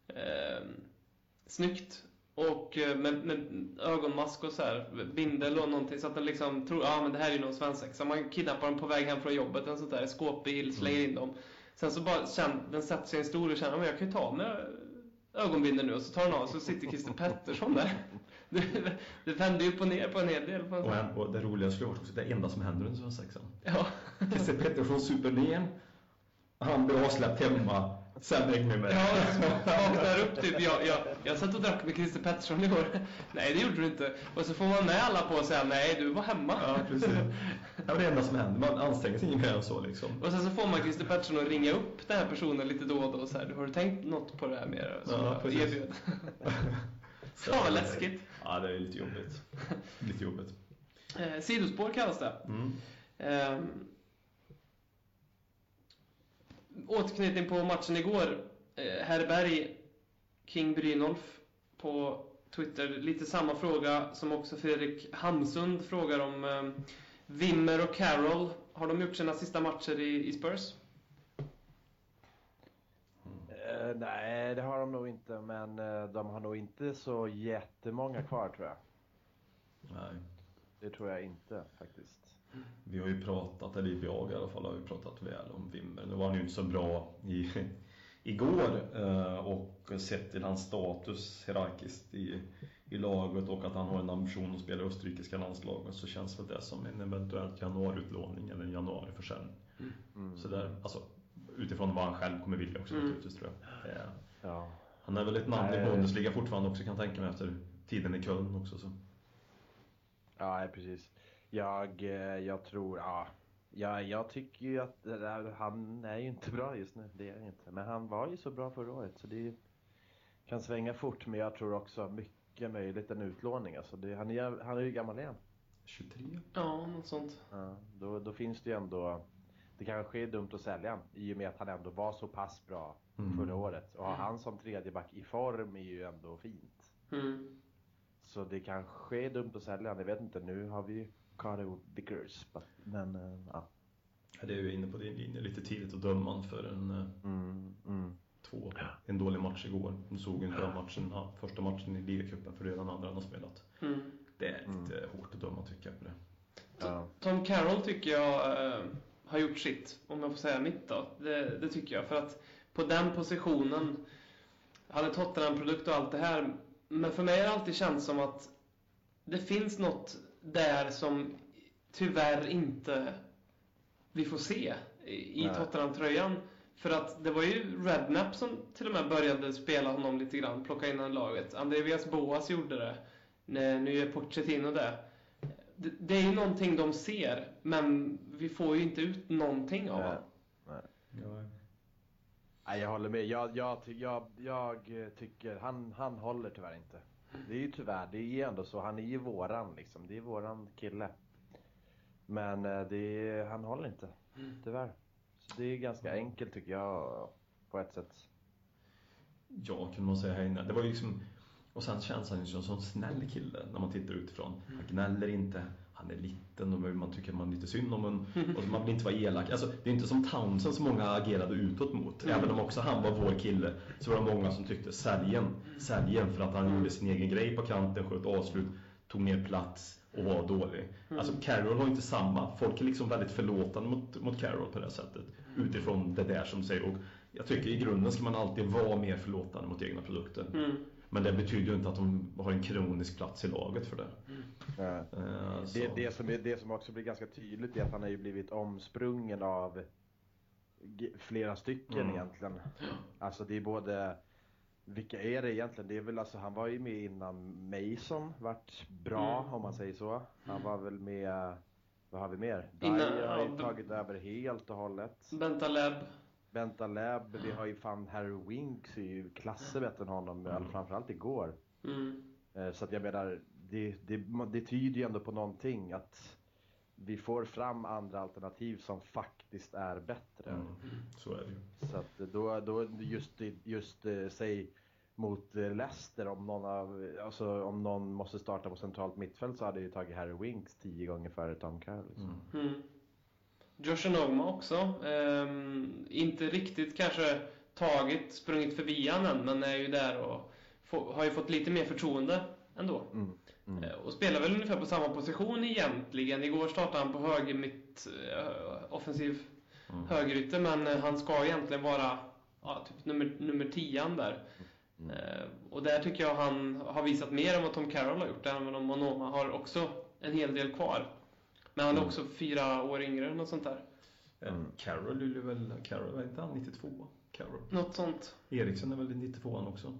snyggt och med ögonmask och så här, bindel och någonting så att den liksom tror, men det här är ju någon svensexa. Man kidnappar dem på väg hem från jobbet, en sån där skåpbil, slänger in dem. Sen så bara den sätter sig en stol och känner, men jag kan ju ta med ögonbindeln nu, och så tar den av, så sitter Christer Pettersson där. Det vänder ju upp och ner på en hel del. Och det roliga skulle vara också det enda som händer under svensexan. Ja. Christer Pettersson super ner. Han blir avsläppt hemma. Sen hänger med. Ja, vaknar upp typ. Jag satt och drack med Christer Pettersson i år. Nej, det gjorde du inte. Och så får man med alla på och säga, nej, du var hemma. Ja, precis. Det är det enda som händer. Man anstränger sig mer än så liksom. Och sen så får man Christer Pettersson att ringa upp den här personen lite då och då. Så här, har du tänkt något på det här mer? Så ja, precis. Fan vad läskigt. Ja, det är lite jobbigt. Lite jobbigt. Sidospår kallas det. Återknytning på matchen igår. Herberg King Brynolf på Twitter. Lite samma fråga som också Fredrik Hamsund frågar om Wimmer och Carroll. Har de gjort sina sista matcher i Spurs? Nej, det har de nog inte. Men de har nog inte så jättemånga kvar, tror jag. Nej. Det tror jag inte, faktiskt. Vi har ju pratat, eller jag i alla fall har ju pratat väl om Wimmer. Nu var han ju inte så bra igår och sett till hans status hierarkiskt i laget och att han har en ambition att spela i österrikiska landslaget, så känns väl det som en eventuellt januariutlåning eller en januariförsäljning. Så där, alltså utifrån vad han själv kommer vilja också naturligtvis, tror jag. Ja. Han är väl ett namn i Bundesliga fortfarande också, kan tänka mig, efter tiden i Köln också så. Ja, precis. Jag tror, jag tycker ju att han är ju inte bra just nu, det är han inte. Men han var ju så bra förra året, så det kan svänga fort. Men jag tror också mycket möjligt en utlåning. Alltså han är ju gammal igen. 23? Ja, något sånt. Ja, då finns det ju ändå, det kanske är dumt att sälja i och med att han ändå var så pass bra förra året. Och han som tredjeback i form är ju ändå fint. Så det kanske är dumt att sälja. Jag vet inte, nu har vi ju Carlo Vickers. Men ja. Det är ju inne på din linje. Lite tidigt att döma för en dålig match igår. Nu såg inte den matchen, första matchen i ligacupen, för det är den andra han har spelat. Det är lite hårt att döma, tycker jag, på det. Ja. Tom Carroll tycker jag har gjort sitt, om jag får säga mitt då. Det tycker jag, för att på den positionen hade Tottenham produkt och allt det här. Men för mig har det alltid känts som att det finns något där som tyvärr inte vi får se i Tottenham-tröjan. För att det var ju Redknapp som till och med började spela honom lite grann, plocka in han laget. André Villas-Boas gjorde det. Nu är Pochettino det. Det är ju någonting de ser, men vi får ju inte ut någonting av honom. Nej, jag håller med. Jag tycker han håller tyvärr inte. Det är ju tyvärr, det är ju ändå så. Han är ju våran liksom. Det är våran kille. Men han håller inte. Tyvärr. Så det är ganska enkelt, tycker jag, på ett sätt. Ja, kan man säga här inne. Det var ju liksom, och sen känns han ju som en sån snäll kille när man tittar utifrån. Han gnäller inte. Han är liten och man tycker man lite synd om en. Och man vill inte vara elak. Alltså, det är inte som Townsend som många agerade utåt mot. Även om också han var vår kille, så var det många som tyckte säljen för att han gjorde sin egen grej på kanten, sköt avslut, tog ner plats och var dålig. Alltså Carroll har inte samma. Folk är liksom väldigt förlåtande mot Carroll på det sättet. Utifrån det där som säger. Och jag tycker i grunden ska man alltid vara mer förlåtande mot egna produkter. Men det betyder ju inte att de har en kronisk plats i laget för det. Det som också blir ganska tydligt är att han har ju blivit omsprungen av flera stycken egentligen. Alltså det är både... Vilka är det egentligen? Det är väl alltså, han var ju med innan Mason vart bra om man säger så. Han var väl med... Vad har vi mer? Dyer har ju tagit över helt och hållet. Bentaleb, vi har ju fan Harry Winks är ju klasser bättre än honom, framförallt igår. Så att jag menar, det tyder ju ändå på någonting, att vi får fram andra alternativ som faktiskt är bättre. Så är det ju. Så att då just säg mot Leicester, om någon måste starta på centralt mittfält, så hade ju tagit Harry Winks 10 gånger före Tom Carroll liksom. Josh Onogma också. Inte riktigt kanske sprungit förbi han än, men är ju där och har ju fått lite mer förtroende ändå. Och spelar väl ungefär på samma position egentligen. Igår startade han på höger mitt offensiv högerytter, men han ska egentligen vara typ nummer 10 där. Och där tycker jag han har visat mer än vad Tom Carroll har gjort, även om Onogma har också en hel del kvar. Men han är också 4 år yngre eller något sånt där. Carroll var inte han 92? Carroll. Något sånt. Eriksen är väl 92 han också?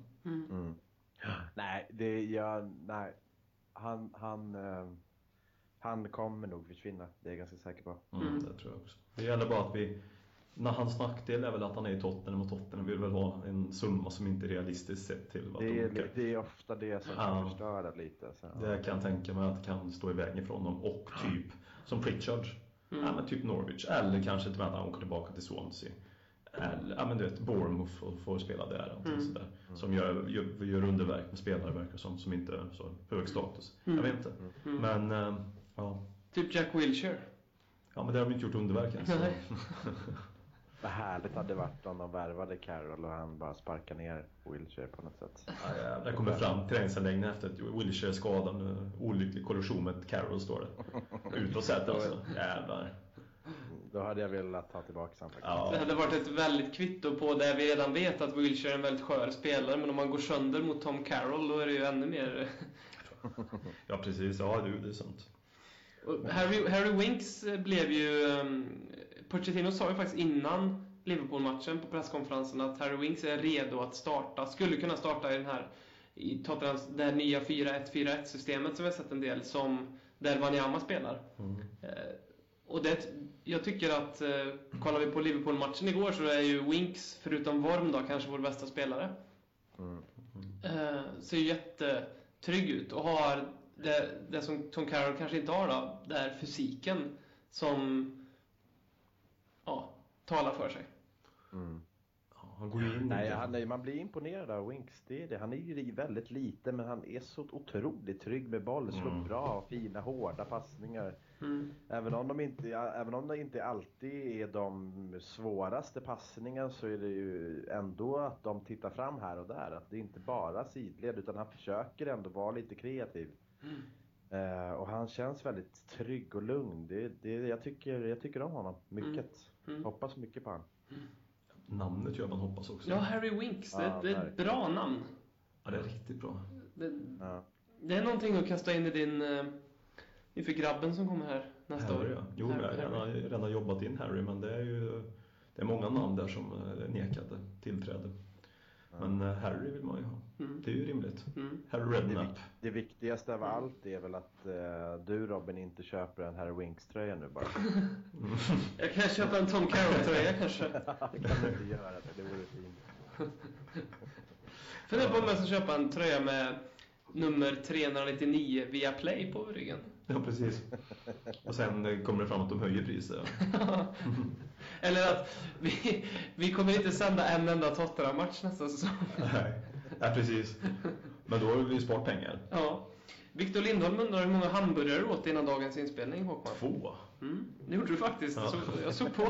Han kommer nog försvinna. Det är jag ganska säker på. Det tror jag också. Det gäller bara att när hans nackdel är väl att han är i Tottenham, och Tottenham vill väl ha en summa som inte är realistiskt sett till vad det är ofta det som kan förstöra lite. Så. Det kan jag tänka mig att kan stå i vägen ifrån dem, och typ som Pritchard. Men typ Norwich, eller kanske inte med att han åker tillbaka till Swansea. Eller du vet, Bournemouth och får spela där sådär, som gör underverk med spelare verkar som inte är så hög status. Jag vet inte. Men typ Jack Wilshere. Ja, men det har de inte gjort underverk än. Vad härligt hade det varit om de värvade Carroll och han bara sparkar ner Wilshere på något sätt. Det kommer fram träningsanläggningen efter att Wilshere skadade, olycklig kollision med Carroll, står det. Ut och sett alltså. Jävlar. Då hade jag velat ta tillbaka han faktiskt. Det hade varit ett väldigt kvitto på det vi redan vet, att Wilshere är en väldigt skör spelare. Men om man går sönder mot Tom Carroll, då är det ju ännu mer... Ja, precis. Ja, det är sant. Harry Winks blev ju... Pochettino sa ju faktiskt innan Liverpool-matchen på presskonferensen att Harry Winks är redo att starta. Skulle kunna starta i Tottenhams det här nya 4-1-4-1-systemet som vi har sett en del, som där Wanyama spelar. Och jag tycker att kollar vi på Liverpool-matchen igår, så är ju Winks, förutom Worm då, kanske vår bästa spelare. Ser ju jättetrygg ut och har det som Tom Carroll kanske inte har då, där fysiken som talar för sig. Han går in. Nej, man blir imponerad av Winks. Det. Han är ju väldigt liten, men han är så otroligt trygg med boll. Slår bra, fina, hårda passningar. Även om det inte alltid är de svåraste passningarna, så är det ju ändå att de tittar fram här och där. Att det inte bara sidled, utan han försöker ändå vara lite kreativ. Och han känns väldigt trygg och lugn. Jag tycker om honom mycket. Hoppas mycket på honom. Namnet gör man hoppas också. Ja, Harry Winks, det är ett bra namn. Ja, det är riktigt bra. Det är någonting att kasta in i din inför grabben som kommer här nästa Harry, år. Ja. Jo, jag har redan jobbat in Harry, men det är många namn där som är nekade tillträde. Men Harry vill man ju ha. Det är ju rimligt. Harry Redknapp. Det viktigaste av allt är väl att du, Robin, inte köper en Harry Winks-tröja nu bara. Jag kan köpa en Tom Carroll-tröja kanske. Det kan du inte göra, det vore fint. Funderar på om jag ska köpa en tröja med nummer 399 via Play på ryggen. Ja, precis. Och sen kommer det fram att de höjer priset. Eller att vi kommer inte sända en enda Tottenham-match nästa säsong. Nej, precis. Men då har vi sparat pengar. Ja. Victor Lindholm undrar hur många hamburgare du åt innan dagens inspelning, Håkman? 2. Det gjorde du faktiskt. Ja. Jag såg på.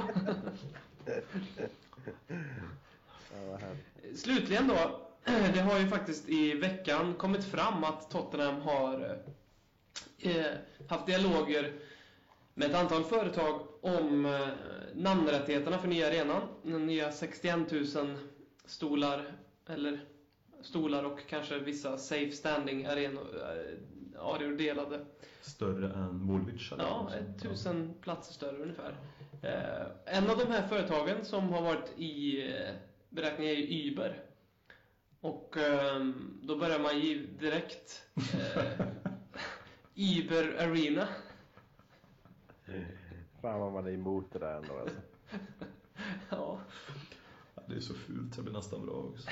Slutligen då. Det har ju faktiskt i veckan kommit fram att Tottenham har haft dialoger med ett antal företag om namnrättigheterna för nya arenan. Den nya 61 000 stolar eller stolar och kanske vissa safe standing arenor delade. Större än Woolwich? Ja, 1000 platser större ungefär. En av de här företagen som har varit i beräkning är ju Uber. Och då börjar man ju direkt Uber Arena. Fan vad man är emot det där ändå alltså. Ja. Det är så fult, det blir nästan bra också.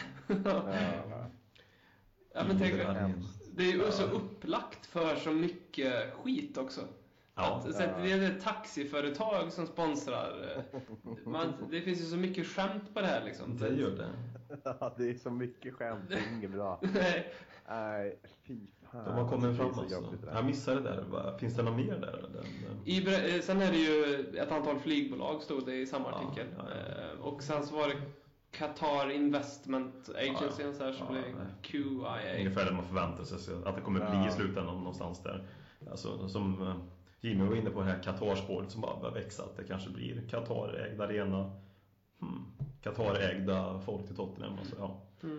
Ja, men tänk, det är ju så upplagt för så mycket skit också. Det är ett taxiföretag som sponsrar. Det finns ju så mycket skämt på det här liksom. Det gör det. Ja, det är så mycket skämt, det är inget bra. Nej, fy fan. De har kommit fram alltså. Jag missade det där. Finns det något mer där? Sen är det ju ett antal flygbolag stod det i samma artikel. Och sen så var det Qatar Investment Agency så här, som blev QIA. Ungefär det man förväntar sig att det kommer bli i slutändan någonstans där. Alltså, som Jimmy var inne på det här Qatar-spåret som bara börjar växa. Att det kanske blir Qatar-ägd arena. Qatar-ägda folk till Tottenham. Alltså, ja.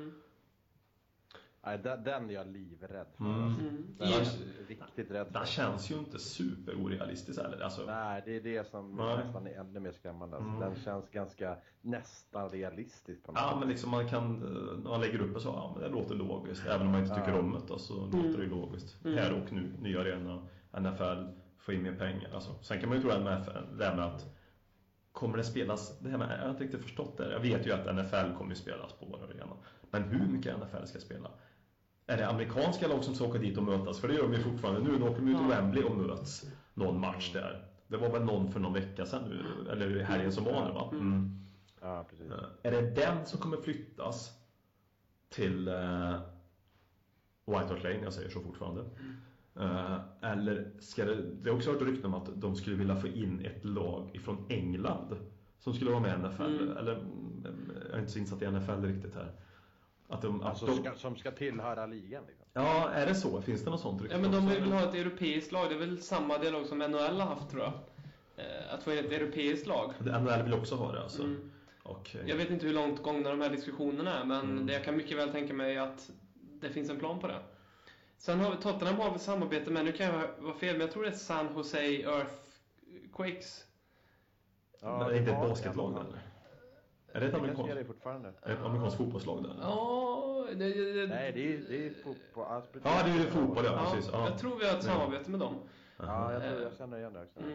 Nej, den är jag livrädd för. Den är riktigt rädd för. Den känns ju inte super orealistisk heller. Alltså. Nej, det är det som nästan är ännu mer skrämmande. Alltså, den känns ganska nästan realistisk på något sätt. Men liksom när man lägger upp och så, men det låter logiskt. Även om man inte tycker om det, så låter det logiskt. Här och nu, nya arena, NFL, få in mer pengar. Alltså, sen kan man ju tro att det här med att kommer det spelas, det här med, jag har inte riktigt förstått det. Jag vet ju att NFL kommer ju spelas på vår arena. Men hur mycket NFL ska spela? Är det amerikanska lag som ska åka dit och mötas? För det gör de ju fortfarande. Nu åker de ut till Wembley och möts någon match där. Det var väl någon för någon vecka sedan nu. Eller helgen som var nu, va? Ja, precis. Är det den som kommer flyttas till White Hart Lane? Jag säger så fortfarande. Eller ska det har också hört rykten om att de skulle vilja få in ett lag ifrån England som skulle vara med i NFL. Eller jag är inte så insatt i NFL riktigt här. Som ska tillhöra ligan liksom. Ja, är det så? Finns det något sånt rykte? Ja, men de vill ha ett europeiskt lag. Det är väl samma dialog som NHL har haft, tror jag. Att få in ett europeiskt lag. NHL vill också ha det alltså. Och, jag vet inte hur långt gångna de här diskussionerna är, men jag kan mycket väl tänka mig att det finns en plan på det. Sen har vi Tottenham har vi samarbete med, nu kan jag vara fel, men jag tror det är San Jose Earthquakes. Ja, det är inte ett basketlag eller? Är det ett amerikanskt? Är det fortfarande? Är det ett amerikanskt fotbollslag där? Ja, nej, det är fotboll. Ja, det är ju fotboll, ja, precis. Ja. Jag tror vi har ett samarbete med dem. Ja, jag tror jag känner igen det också.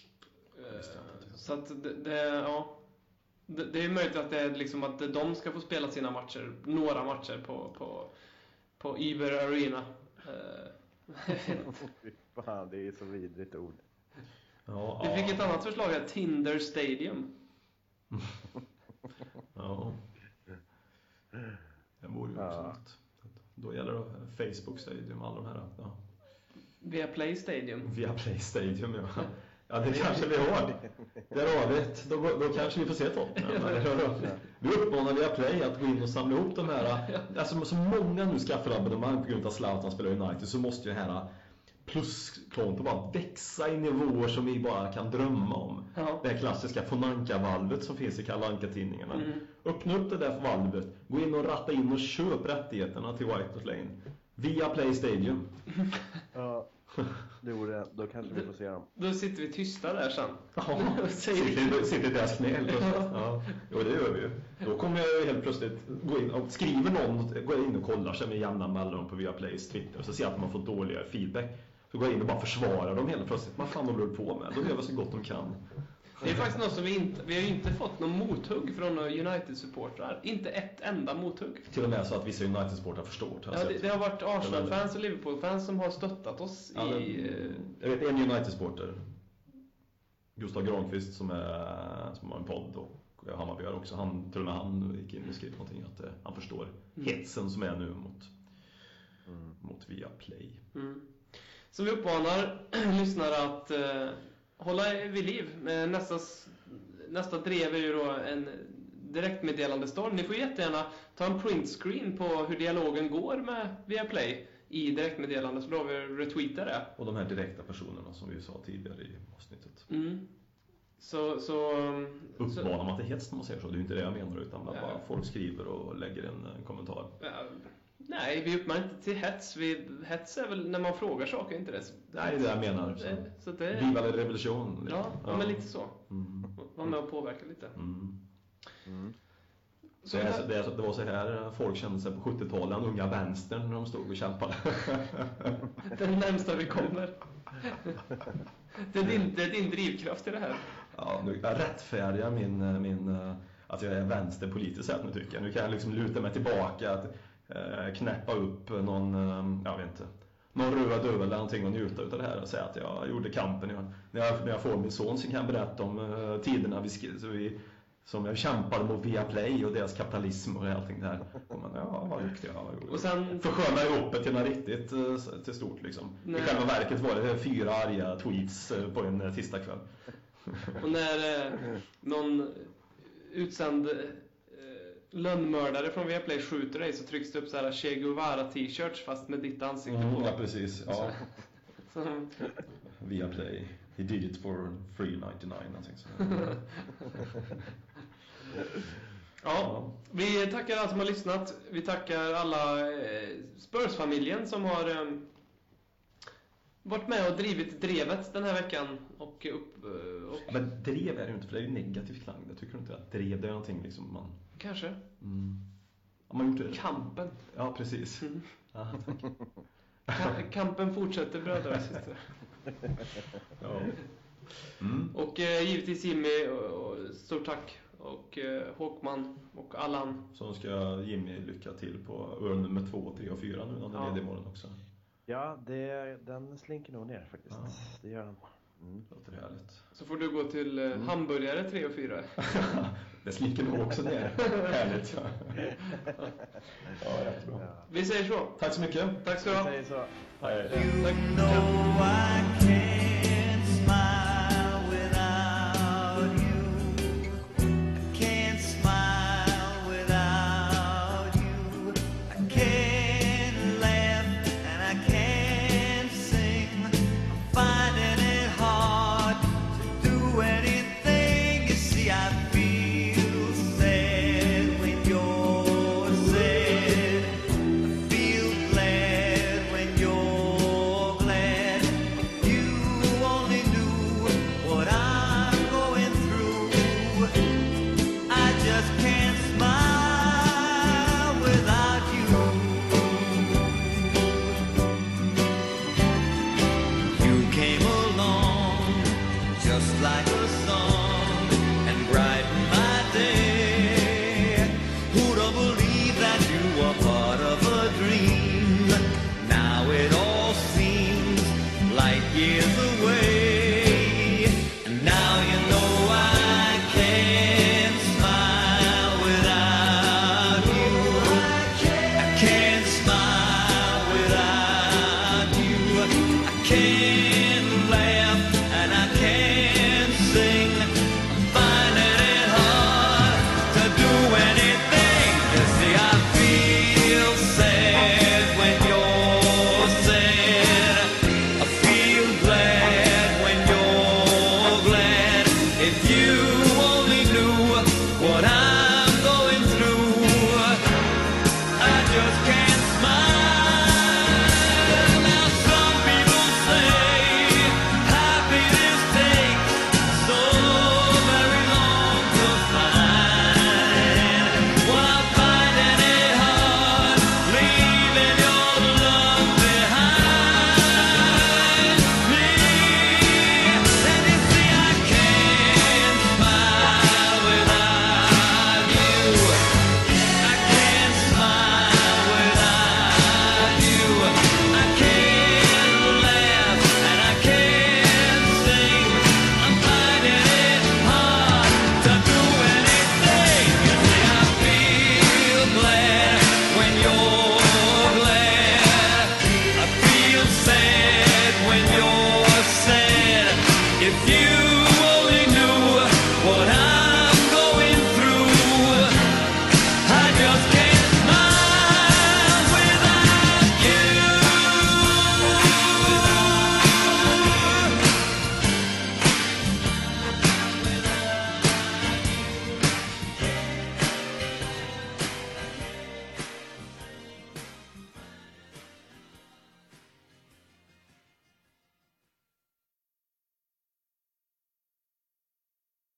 Så att det är möjligt att det är liksom att de ska få spela sina matcher, några matcher på Uber Arena. Fan, det är så vidrigt ord. Vi fick ett annat förslag här, Tinder Stadium. Ja. Det vore ju också något. Då gäller det Facebook Stadium, alla de här. Ja. Viaplay Stadium. Viaplay Stadium, ja. Ja, det kanske vi har. Det har vi. Då kanske vi får se Tottenham. Vi uppmanar Viaplay att gå in och samla ihop de här. Alltså så många nu skaffar abonnemang på grund av Zlatan spelar United, så måste ju det här pluskonto bara växa i nivåer som vi bara kan drömma om. Ja. Det klassiska Fonanka-valvet som finns i Kalle Anka-tidningarna. Öppna upp det där valvet. Gå in och ratta in och köp rättigheterna till White Hart Lane. Via Play Stadium. Ja, då kanske vi får se dem. Då sitter vi tysta där sen. Ja, sitter i deras knä. Ja. Jo, det gör vi ju. Då kommer jag helt plötsligt gå in och skriver någon, går in och kollar sig med jämna mellan på Viaplays Twitter och så ser jag att man får dåliga feedback. Så går jag in och bara försvarar dem helt plötsligt. Vad fan de håller på med? De gör så gott de kan. Det är faktiskt något som vi har ju inte fått någon mothugg från United-supportrar. Inte ett enda mothugg. Till och med så att vissa United-supportrar förstår. Ja, det har varit Arsenal-fans och Liverpool-fans som har stöttat oss i... Jag vet en United-supporter, Gustav Granqvist, som har en podd, och Hammarbyar också. Han tror när han gick in och skrev någonting att han förstår hetsen som är nu mot Viaplay. Så vi uppmanar lyssnare att hålla vid liv. Nästa drev är ju då en direktmeddelandestorm. Ni får jättegärna ta en printscreen på hur dialogen går med Viaplay i direktmeddelande, så då vi retweetar det. Och de här direkta personerna som vi sa tidigare i avsnittet. Så uppmanar man till hets när man säger så. Det är ju inte det jag menar, utan bara folk skriver och lägger en kommentar. Nej, vi uppmanar inte till hets. Hets är väl när man frågar saker, inte det? Nej, det är det jag menar. Så det är... Viva la revolution. Ja, men lite så. Var med och påverka lite. Det var så här folk kände sig på 70-talet, den unga vänstern, när de stod och kämpade. Den närmsta vi kommer. Det är din drivkraft i det här. Ja, nu jag rättfärdigar min att jag är vänsterpolitiskt sett nu, tycker jag. Nu kan jag liksom luta mig tillbaka, att knäppa upp någon, jag vet inte, någon röd öl eller någonting och njuta av det här och säga att jag gjorde kampen. När jag får min son så kan jag berätta om tiderna som jag kämpade mot Viaplay och deras kapitalism och allting där. Och man, vad duktig jag var. Och sen försköna ihop det till något riktigt till stort liksom. I själva verket var det 4 arga tweets på en tisdagkväll. Och när någon utsänd lönnmördare från Viaplay skjuter dig, så trycks det upp så här Che Guevara t-shirts fast med ditt ansikte på. Ja, precis. Ja. Viaplay. He did it for $3.99 någonting så. Ja, vi tackar alla som har lyssnat. Vi tackar alla Spurs-familjen som har varit med och drivit drevet den här veckan. Men drev är det ju inte, för det är ju negativt klang. Jag tycker inte att drev det är någonting liksom man... Kanske. Har man gjort det? Kampen. Ja, precis. Ja, tack. Kampen fortsätter, bröder och systrar. Ja. Och givetvis Jimmy, och stort tack. Och Håkman och Allan. Så ska Jimmy lycka till på öl nummer 2, 3 och 4 nu när det är ledig imorgon också. Ja, den slinker nog ner faktiskt. Ja. Det gör den. Låter härligt. Så får du gå till hamburgare 3 och 4. Det slinker nog också ner. Härligt. Ja, jättebra. Vi säger så. Tack så mycket. Tack så du ha. Vi säger så. Hej. Tack.